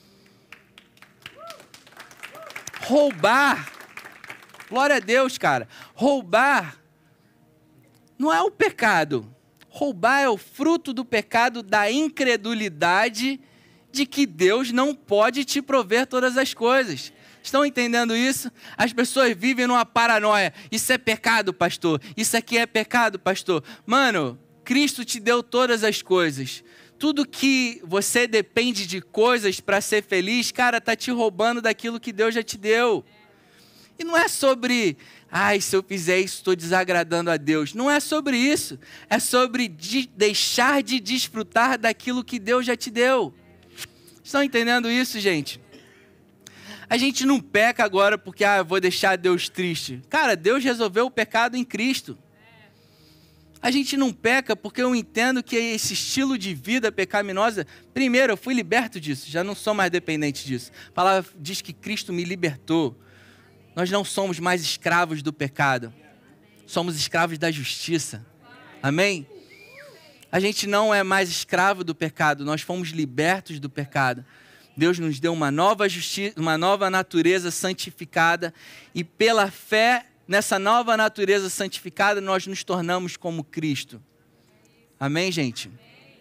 Roubar, glória a Deus, cara. Roubar não é o pecado. Roubar é o fruto do pecado, da incredulidade de que Deus não pode te prover todas as coisas. Estão entendendo isso? As pessoas vivem numa paranoia. Isso é pecado, pastor. Isso aqui é pecado, pastor. Mano, Cristo te deu todas as coisas. Tudo que você depende de coisas para ser feliz, cara, tá te roubando daquilo que Deus já te deu. E não é sobre, ai, se eu fizer isso, estou desagradando a Deus. Não é sobre isso. É sobre de deixar de desfrutar daquilo que Deus já te deu. Estão entendendo isso, gente? A gente não peca agora porque, ah, eu vou deixar Deus triste. Cara, Deus resolveu o pecado em Cristo. A gente não peca porque eu entendo que esse estilo de vida pecaminosa, primeiro, eu fui liberto disso, já não sou mais dependente disso. A palavra diz que Cristo me libertou. Nós não somos mais escravos do pecado. Somos escravos da justiça. Amém? A gente não é mais escravo do pecado, nós fomos libertos do pecado. Deus nos deu uma nova justiça, uma nova natureza santificada e pela fé nessa nova natureza santificada nós nos tornamos como Cristo. Amém, gente?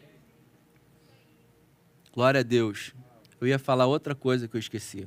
Glória a Deus. Eu ia falar outra coisa que eu esqueci.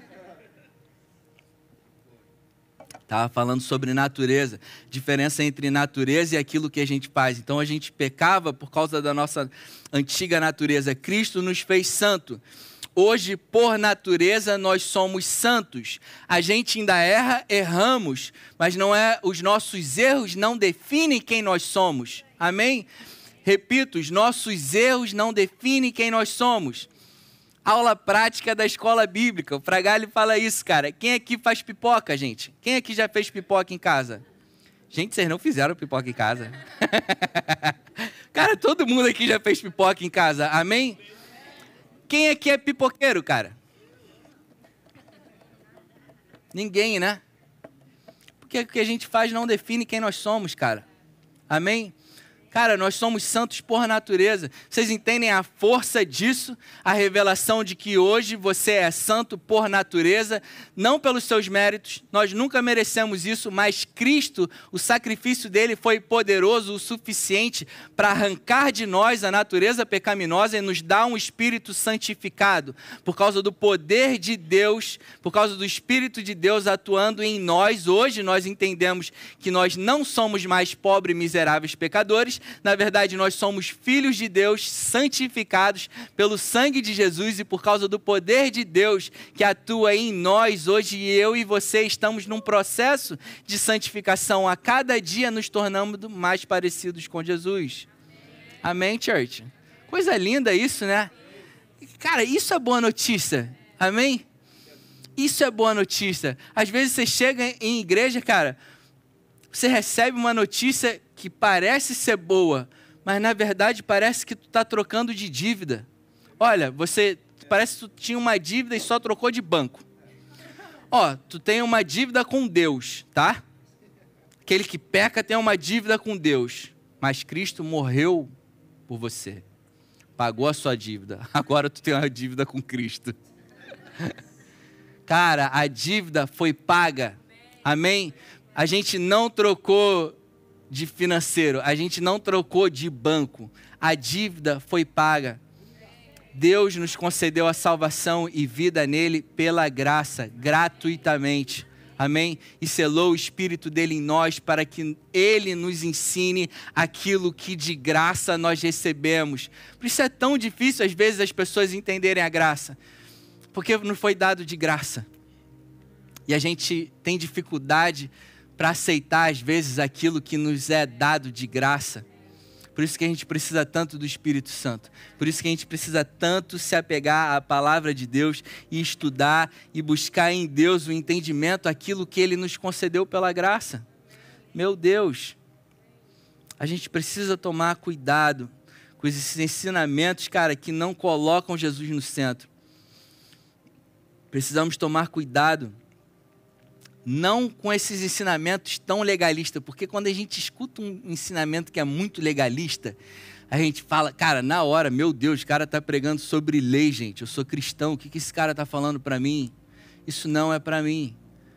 Estava falando sobre natureza, diferença entre natureza e aquilo que a gente faz. Então a gente pecava por causa da nossa antiga natureza. Cristo nos fez santo. Hoje, por natureza, nós somos santos. A gente ainda erra, erramos, mas não é, os nossos erros não definem quem nós somos. Amém? Repito, os nossos erros não definem quem nós somos. Aula prática da escola bíblica. O Fragalho fala isso, cara. Quem aqui faz pipoca, gente? Quem aqui já fez pipoca em casa? Gente, vocês não fizeram pipoca em casa. Cara, todo mundo aqui já fez pipoca em casa. Amém? Quem aqui é pipoqueiro, cara? Ninguém, né? Porque o que a gente faz não define quem nós somos, cara. Amém? Cara, nós somos santos por natureza. Vocês entendem a força disso? A revelação de que hoje você é santo por natureza, não pelos seus méritos. Nós nunca merecemos isso, mas Cristo, o sacrifício dele foi poderoso o suficiente para arrancar de nós a natureza pecaminosa e nos dar um espírito santificado. Por causa do poder de Deus, por causa do Espírito de Deus atuando em nós, hoje nós entendemos que nós não somos mais pobres e miseráveis pecadores. Na verdade, nós somos filhos de Deus, santificados pelo sangue de Jesus e por causa do poder de Deus que atua em nós. Hoje eu e você estamos num processo de santificação. A cada dia nos tornamos mais parecidos com Jesus. Amém, Amém, church? Coisa linda isso, né? Cara, isso é boa notícia. Amém? Isso é boa notícia. Às vezes você chega em igreja, cara, você recebe uma notícia que parece ser boa, mas na verdade parece que tu está trocando de dívida. Olha, você parece que tu tinha uma dívida e só trocou de banco. Ó, tu tem uma dívida com Deus, tá? Aquele que peca tem uma dívida com Deus, mas Cristo morreu por você. Pagou a sua dívida. Agora tu tem uma dívida com Cristo. Cara, a dívida foi paga. Amém? A gente não trocou de financeiro, a gente não trocou de banco, a dívida foi paga. Deus nos concedeu a salvação e vida nele pela graça, gratuitamente. Amém? E selou o Espírito dele em nós para que ele nos ensine aquilo que de graça nós recebemos. Por isso é tão difícil às vezes as pessoas entenderem a graça, porque não foi dado de graça. E a gente tem dificuldade para aceitar, às vezes, aquilo que nos é dado de graça. Por isso que a gente precisa tanto do Espírito Santo. Por isso que a gente precisa tanto se apegar à palavra de Deus e estudar e buscar em Deus o entendimento, aquilo que Ele nos concedeu pela graça. Meu Deus, a gente precisa tomar cuidado com esses ensinamentos, cara, que não colocam Jesus no centro. Precisamos tomar cuidado não com esses ensinamentos tão legalistas, porque quando a gente escuta um ensinamento que é muito legalista, a gente fala, cara, na hora, meu Deus, o cara está pregando sobre lei, gente, eu sou cristão, o que, que esse cara está falando para mim? Isso não é para mim.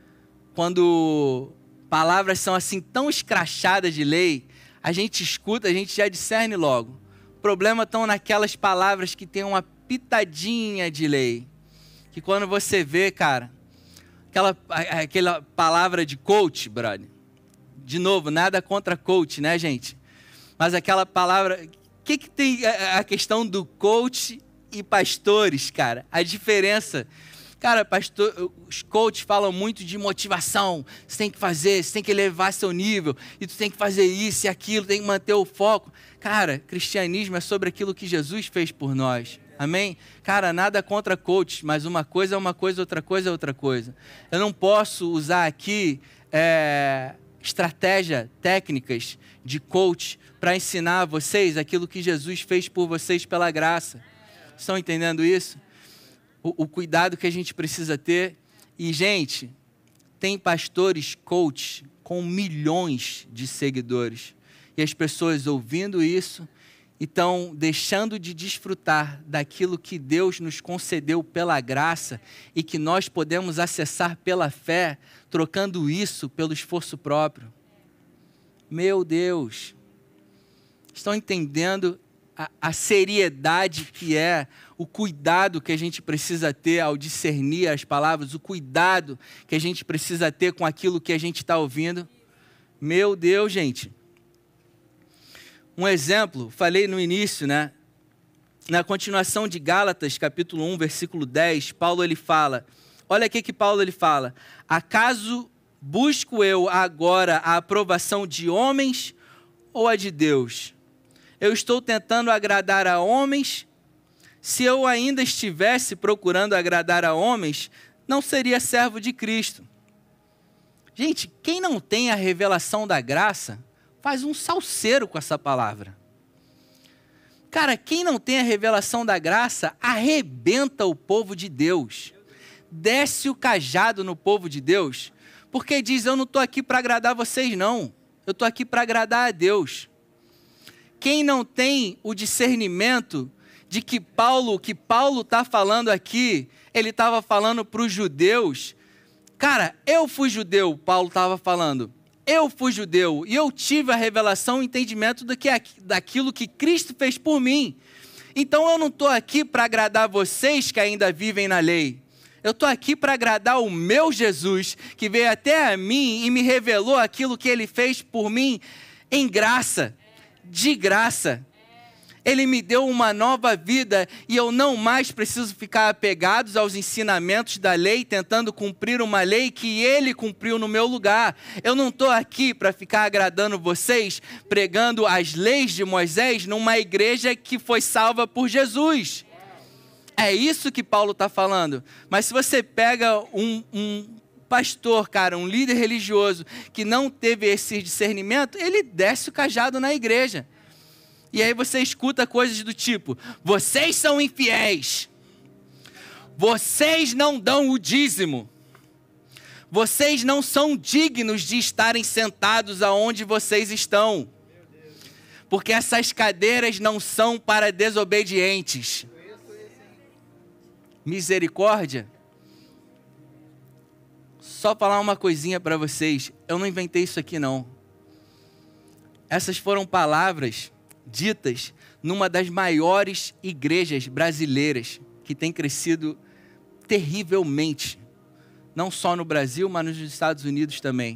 Quando palavras são assim tão escrachadas de lei, a gente escuta, a gente já discerne logo. O problema estão naquelas palavras que tem uma pitadinha de lei, que quando você vê, cara, Aquela, aquela palavra de coach, brother. De novo, nada contra coach, né, gente? Mas aquela palavra... O que, que tem a questão do coach e pastores, cara? A diferença... Cara, pastor, os coaches falam muito de motivação. Você tem que fazer, você tem que elevar seu nível. E tu tem que fazer isso e aquilo, tem que manter o foco. Cara, cristianismo é sobre aquilo que Jesus fez por nós. Amém? Cara, nada contra coach, mas uma coisa é uma coisa, outra coisa é outra coisa. Eu não posso usar aqui é, estratégia, técnicas de coach para ensinar a vocês aquilo que Jesus fez por vocês pela graça. Estão entendendo isso? O, o cuidado que a gente precisa ter. E, gente, tem pastores coach com milhões de seguidores. E as pessoas ouvindo isso estão deixando de desfrutar daquilo que Deus nos concedeu pela graça e que nós podemos acessar pela fé, trocando isso pelo esforço próprio. Meu Deus! Estão entendendo a, a seriedade que é, o cuidado que a gente precisa ter ao discernir as palavras, o cuidado que a gente precisa ter com aquilo que a gente está ouvindo? Meu Deus, gente! Um exemplo, falei no início, né? Na continuação de Gálatas, capítulo um, versículo dez, Paulo ele fala, olha aqui que Paulo ele fala, acaso busco eu agora a aprovação de homens ou a de Deus? Eu estou tentando agradar a homens? Se eu ainda estivesse procurando agradar a homens, não seria servo de Cristo. Gente, quem não tem a revelação da graça, faz um salseiro com essa palavra. Cara, quem não tem a revelação da graça, arrebenta o povo de Deus. Desce o cajado no povo de Deus, porque diz, eu não estou aqui para agradar vocês, não. Eu estou aqui para agradar a Deus. quem não tem o discernimento de que Paulo, que Paulo está falando aqui, ele estava falando para os judeus. Cara, eu fui judeu, Paulo estava falando. Eu fui judeu e eu tive a revelação, o entendimento do que, daquilo que Cristo fez por mim. Então eu não estou aqui para agradar vocês que ainda vivem na lei. Eu estou aqui para agradar o meu Jesus, que veio até a mim e me revelou aquilo que ele fez por mim em graça, de graça. Ele me deu uma nova vida e eu não mais preciso ficar apegado aos ensinamentos da lei, tentando cumprir uma lei que ele cumpriu no meu lugar. Eu não estou aqui para ficar agradando vocês, pregando as leis de Moisés numa igreja que foi salva por Jesus. É isso que Paulo está falando. Mas se você pega um, um pastor, cara, um líder religioso que não teve esse discernimento, ele desce o cajado na igreja. E aí você escuta coisas do tipo: vocês são infiéis, vocês não dão o dízimo, vocês não são dignos de estarem sentados aonde vocês estão, porque essas cadeiras não são para desobedientes. Misericórdia. Só falar uma coisinha para vocês, eu não inventei isso aqui não. Essas foram palavras ditas numa das maiores igrejas brasileiras, que tem crescido terrivelmente, não só no Brasil, mas nos Estados Unidos também.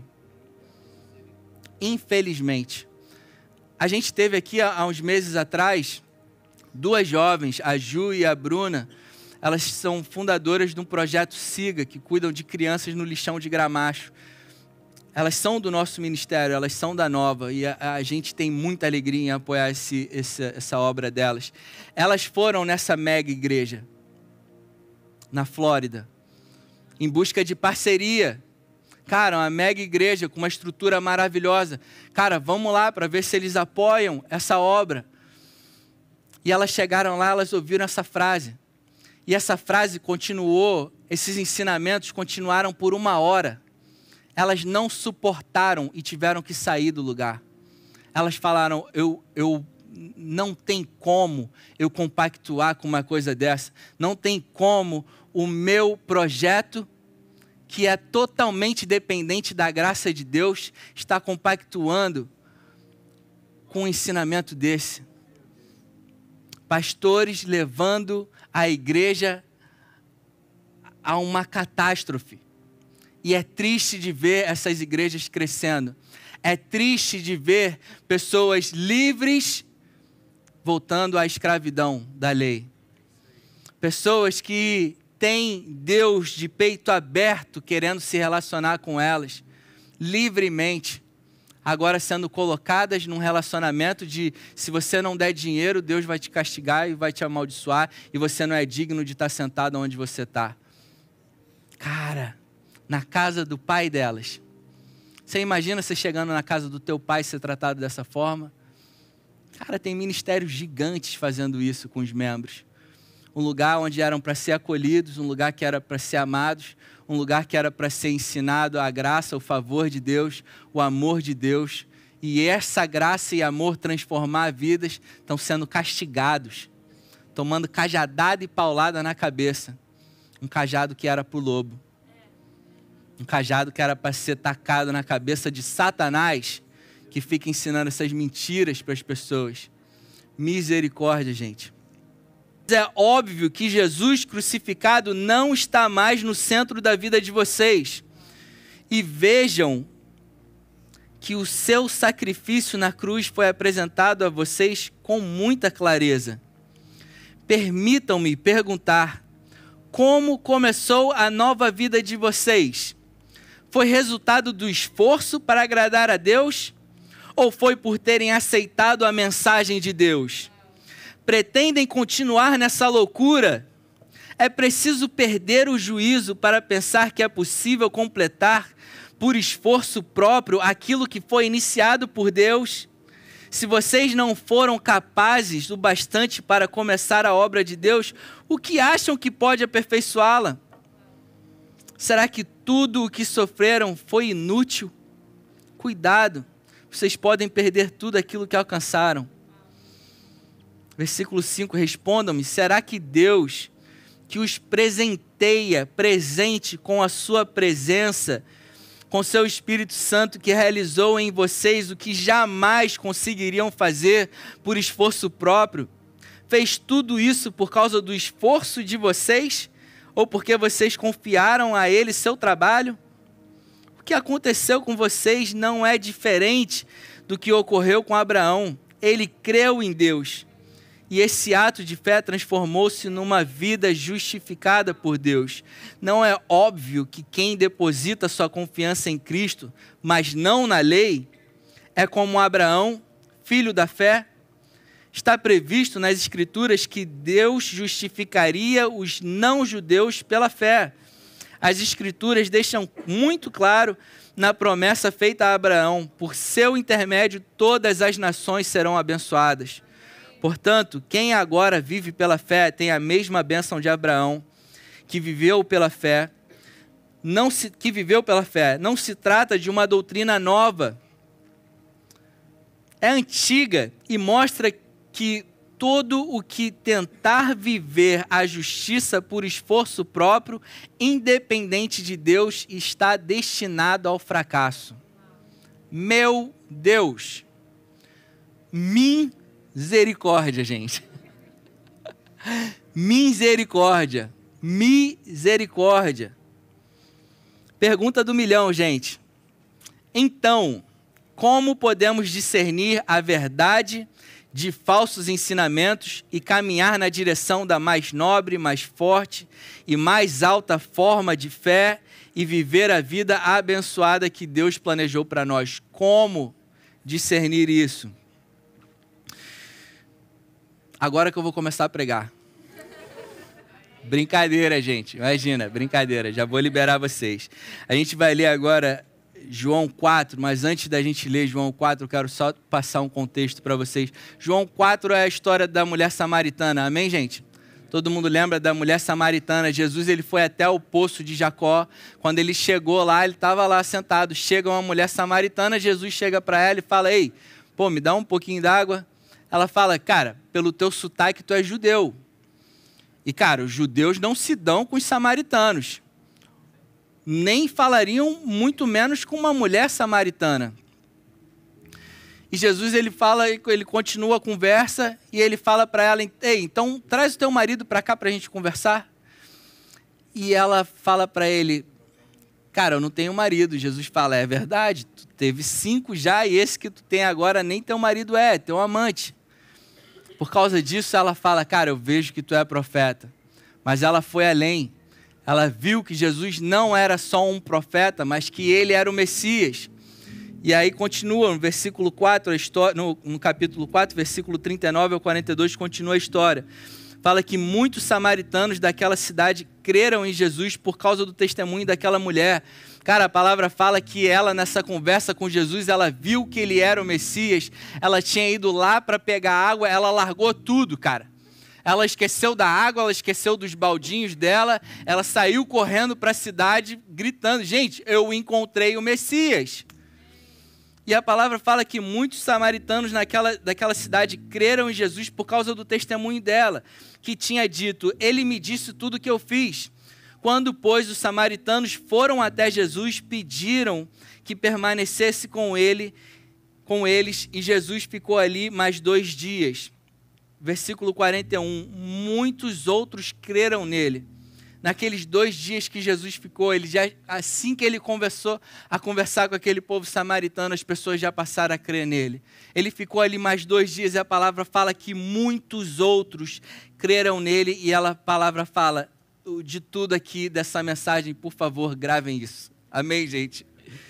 Infelizmente. A gente teve aqui, há uns meses atrás, duas jovens, a Ju e a Bruna. Elas são fundadoras de um projeto SIGA, que cuidam de crianças no lixão de Gramacho. Elas são do nosso ministério, elas são da Nova, e a, a gente tem muita alegria em apoiar esse, esse, essa obra delas. Elas foram nessa mega igreja, na Flórida, em busca de parceria. Cara, uma mega igreja com uma estrutura maravilhosa. Cara, vamos lá para ver se eles apoiam essa obra. E elas chegaram lá, elas ouviram essa frase. E essa frase continuou, esses ensinamentos continuaram por uma hora. Elas não suportaram e tiveram que sair do lugar. Elas falaram, eu, eu não tem como eu compactuar com uma coisa dessa. Não tem como o meu projeto, que é totalmente dependente da graça de Deus, estar compactuando com um ensinamento desse. Pastores levando a igreja a uma catástrofe. E é triste de ver essas igrejas crescendo. É triste de ver pessoas livres voltando à escravidão da lei. Pessoas que têm Deus de peito aberto, querendo se relacionar com elas livremente, agora sendo colocadas num relacionamento de, se você não der dinheiro, Deus vai te castigar e vai te amaldiçoar, e você não é digno de estar sentado onde você está. Cara, na casa do pai delas. Você imagina você chegando na casa do teu pai e ser tratado dessa forma? Cara, tem ministérios gigantes fazendo isso com os membros. Um lugar onde eram para ser acolhidos, um lugar que era para ser amados, um lugar que era para ser ensinado a graça, o favor de Deus, o amor de Deus. E essa graça e amor transformar vidas, estão sendo castigados, tomando cajadada e paulada na cabeça. Um cajado que era para o lobo. Um cajado que era para ser tacado na cabeça de Satanás, que fica ensinando essas mentiras para as pessoas. Misericórdia, gente. É óbvio que Jesus crucificado não está mais no centro da vida de vocês. E vejam que o seu sacrifício na cruz foi apresentado a vocês com muita clareza. Permitam-me perguntar, como começou a nova vida de vocês? Foi resultado do esforço para agradar a Deus? Ou foi por terem aceitado a mensagem de Deus? Pretendem continuar nessa loucura? É preciso perder o juízo para pensar que é possível completar, por esforço próprio, aquilo que foi iniciado por Deus? Se vocês não foram capazes o bastante para começar a obra de Deus, o que acham que pode aperfeiçoá-la? Será que tudo o que sofreram foi inútil? Cuidado, vocês podem perder tudo aquilo que alcançaram. Versículo cinco, respondam-me, será que Deus, que os presenteia, presente com a sua presença, com seu Espírito Santo, que realizou em vocês o que jamais conseguiriam fazer por esforço próprio, fez tudo isso por causa do esforço de vocês? Ou porque vocês confiaram a Ele seu trabalho? O que aconteceu com vocês não é diferente do que ocorreu com Abraão. Ele creu em Deus. E esse ato de fé transformou-se numa vida justificada por Deus. Não é óbvio que quem deposita sua confiança em Cristo, mas não na lei, é como Abraão, filho da fé? Está previsto nas Escrituras que Deus justificaria os não-judeus pela fé. As Escrituras deixam muito claro na promessa feita a Abraão, por seu intermédio todas as nações serão abençoadas. Portanto, quem agora vive pela fé tem a mesma bênção de Abraão, que viveu pela fé. Não se, que viveu pela fé. Não se trata de uma doutrina nova. É antiga e mostra que todo o que tentar viver a justiça por esforço próprio, independente de Deus, está destinado ao fracasso. Meu Deus! Misericórdia, gente. Misericórdia. Misericórdia. Pergunta do milhão, gente. Então, como podemos discernir a verdade de falsos ensinamentos e caminhar na direção da mais nobre, mais forte e mais alta forma de fé e viver a vida abençoada que Deus planejou para nós? Como discernir isso? Agora que eu vou começar a pregar. Brincadeira, gente. Imagina, brincadeira. Já vou liberar vocês. A gente vai ler agora João quatro, mas antes da gente ler João quatro, eu quero só passar um contexto para vocês. João quatro é a história da mulher samaritana, amém, gente? Todo mundo lembra da mulher samaritana? Jesus ele foi até o poço de Jacó. Quando ele chegou lá, ele estava lá sentado. Chega uma mulher samaritana, Jesus chega para ela e fala, ei, pô, me dá um pouquinho d'água. Ela fala, cara, pelo teu sotaque tu é judeu. E, cara, os judeus não se dão com os samaritanos. Nem falariam muito menos com uma mulher samaritana. E Jesus, ele fala, ele continua a conversa e ele fala para ela, ei, então traz o teu marido para cá para a gente conversar. E ela fala para ele, cara, eu não tenho marido. Jesus fala, é verdade, tu teve cinco já e esse que tu tem agora nem teu marido é, teu amante. Por causa disso, ela fala, cara, eu vejo que tu é profeta. Mas ela foi além. Ela viu que Jesus não era só um profeta, mas que ele era o Messias. E aí continua no versículo quatro, a história, no, no capítulo quatro, versículo trinta e nove ao quarenta e dois, continua a história. Fala que muitos samaritanos daquela cidade creram em Jesus por causa do testemunho daquela mulher. Cara, a palavra fala que ela, nessa conversa com Jesus, ela viu que ele era o Messias. Ela tinha ido lá para pegar água, ela largou tudo, cara. Ela esqueceu da água, ela esqueceu dos baldinhos dela, ela saiu correndo para a cidade, gritando, gente, eu encontrei o Messias. E a palavra fala que muitos samaritanos naquela, daquela cidade creram em Jesus por causa do testemunho dela, que tinha dito, ele me disse tudo o que eu fiz. Quando, pois, os samaritanos foram até Jesus, pediram que permanecesse com ele, com eles, e Jesus ficou ali mais dois dias. Versículo quarenta e um, muitos outros creram nele. Naqueles dois dias que Jesus ficou, ele já, assim que ele conversou a conversar com aquele povo samaritano, as pessoas já passaram a crer nele. Ele ficou ali mais dois dias e a palavra fala que muitos outros creram nele e ela, a palavra fala, de tudo aqui dessa mensagem, por favor, gravem isso. Amém, gente?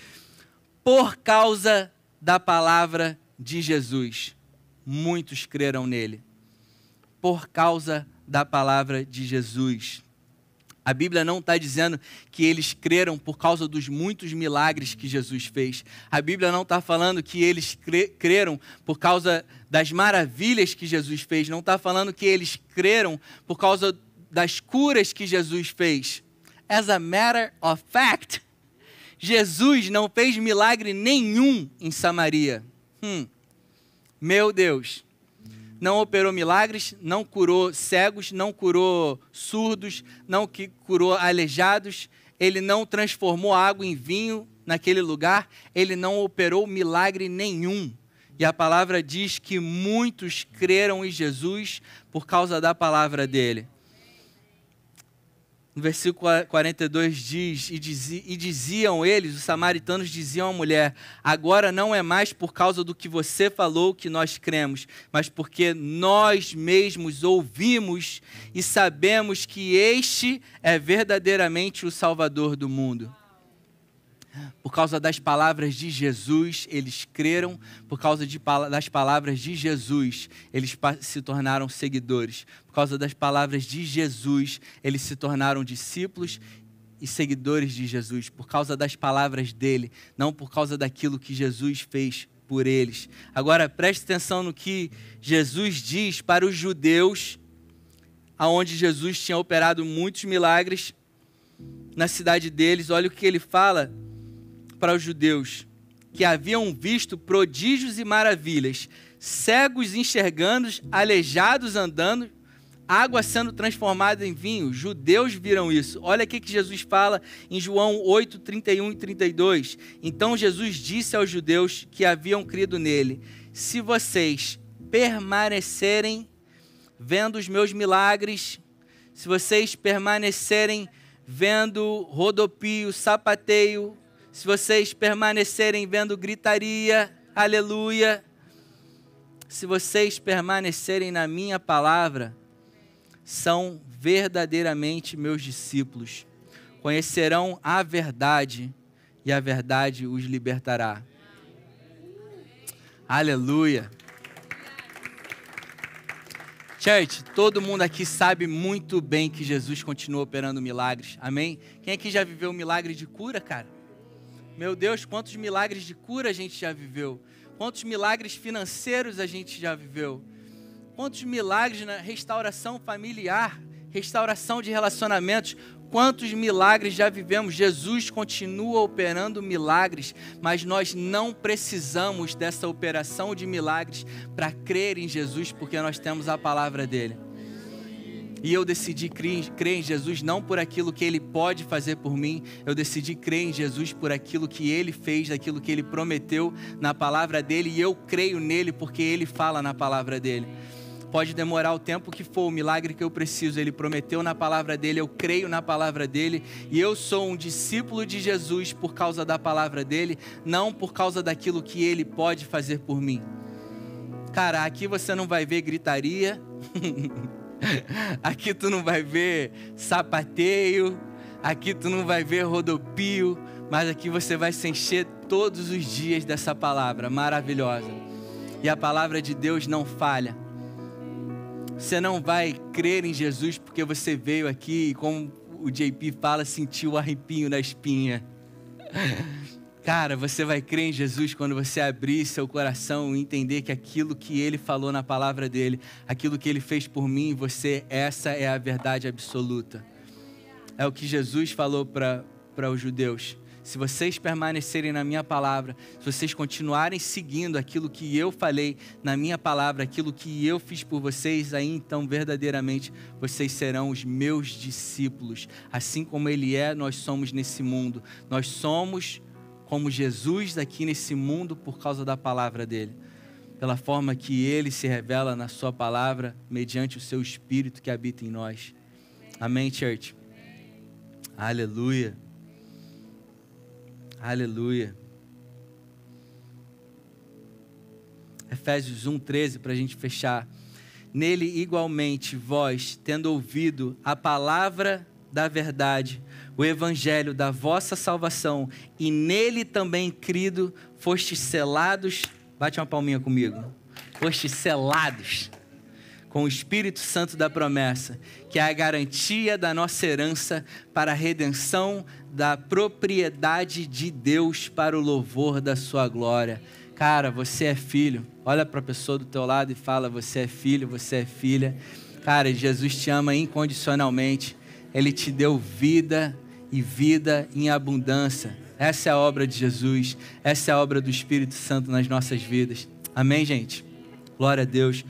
Por causa da palavra de Jesus, muitos creram nele. Por causa da palavra de Jesus. A Bíblia não está dizendo que eles creram por causa dos muitos milagres que Jesus fez. A Bíblia não está falando que eles creram por causa das maravilhas que Jesus fez. Não está falando que eles creram por causa das curas que Jesus fez. As a matter of fact, Jesus não fez milagre nenhum em Samaria. Hum, meu Deus. não operou milagres, não curou cegos, não curou surdos, não que curou aleijados, ele não transformou água em vinho naquele lugar, ele não operou milagre nenhum. E a palavra diz que muitos creram em Jesus por causa da palavra dele. No versículo quarenta e dois diz, e, dizi, e diziam eles, os samaritanos diziam à mulher, agora não é mais por causa do que você falou que nós cremos, mas porque nós mesmos ouvimos e sabemos que este é verdadeiramente o Salvador do mundo. Por causa das palavras de Jesus, eles creram. Por causa de, das palavras de Jesus, eles se tornaram seguidores. Por causa das palavras de Jesus, eles se tornaram discípulos e seguidores de Jesus. Por causa das palavras dele, não por causa daquilo que Jesus fez por eles. Agora, preste atenção no que Jesus diz para os judeus, aonde Jesus tinha operado muitos milagres na cidade deles. Olha o que ele fala para os judeus, que haviam visto prodígios e maravilhas, cegos enxergando, aleijados andando, água sendo transformada em vinho. Judeus viram isso. Olha o que Jesus fala em João oito, trinta e um e trinta e dois. Então Jesus disse aos judeus que haviam crido nele, se vocês permanecerem vendo os meus milagres, se vocês permanecerem vendo rodopio, sapateio, se vocês permanecerem vendo gritaria, aleluia, se vocês permanecerem na minha palavra, são verdadeiramente meus discípulos. Conhecerão a verdade e a verdade os libertará. Aleluia. Church, todo mundo aqui sabe muito bem que Jesus continua operando milagres. Amém? Quem aqui já viveu um milagre de cura, cara? Meu Deus, quantos milagres de cura a gente já viveu? Quantos milagres financeiros a gente já viveu? Quantos milagres na restauração familiar, restauração de relacionamentos? Quantos milagres já vivemos? Jesus continua operando milagres, mas nós não precisamos dessa operação de milagres para crer em Jesus, porque nós temos a palavra dele. E eu decidi crer em Jesus não por aquilo que ele pode fazer por mim, eu decidi crer em Jesus por aquilo que ele fez, aquilo que ele prometeu na palavra dele, e eu creio nele porque ele fala na palavra dele. Pode demorar o tempo que for, o milagre que eu preciso, ele prometeu na palavra dele, eu creio na palavra dele, e eu sou um discípulo de Jesus por causa da palavra dele, não por causa daquilo que ele pode fazer por mim. Cara, aqui você não vai ver gritaria, aqui tu não vai ver sapateio, aqui tu não vai ver rodopio, mas aqui você vai se encher todos os dias dessa palavra maravilhosa. E a palavra de Deus não falha. Você não vai crer em Jesus porque você veio aqui e, como o J P fala, sentiu o arrepio na espinha. Cara, você vai crer em Jesus quando você abrir seu coração e entender que aquilo que ele falou na palavra dele, aquilo que ele fez por mim, você, essa é a verdade absoluta. É o que Jesus falou para para os judeus. Se vocês permanecerem na minha palavra, se vocês continuarem seguindo aquilo que eu falei na minha palavra, aquilo que eu fiz por vocês, aí então verdadeiramente vocês serão os meus discípulos. Assim como ele é, nós somos nesse mundo. Nós somos como Jesus aqui nesse mundo por causa da palavra dele. Pela forma que ele se revela na sua palavra, mediante o seu Espírito que habita em nós. Amém, church? Aleluia. Aleluia. Efésios um, treze, para a gente fechar. Nele igualmente vós, tendo ouvido a palavra da verdade, o evangelho da vossa salvação, e nele também crido, fostes selados, bate uma palminha comigo, fostes selados com o Espírito Santo da promessa, que é a garantia da nossa herança para a redenção da propriedade de Deus para o louvor da sua glória. Cara, você é filho. Olha para a pessoa do teu lado e fala, você é filho, você é filha. Cara, Jesus te ama incondicionalmente. Ele te deu vida e vida em abundância. Essa é a obra de Jesus. Essa é a obra do Espírito Santo nas nossas vidas. Amém, gente? Glória a Deus.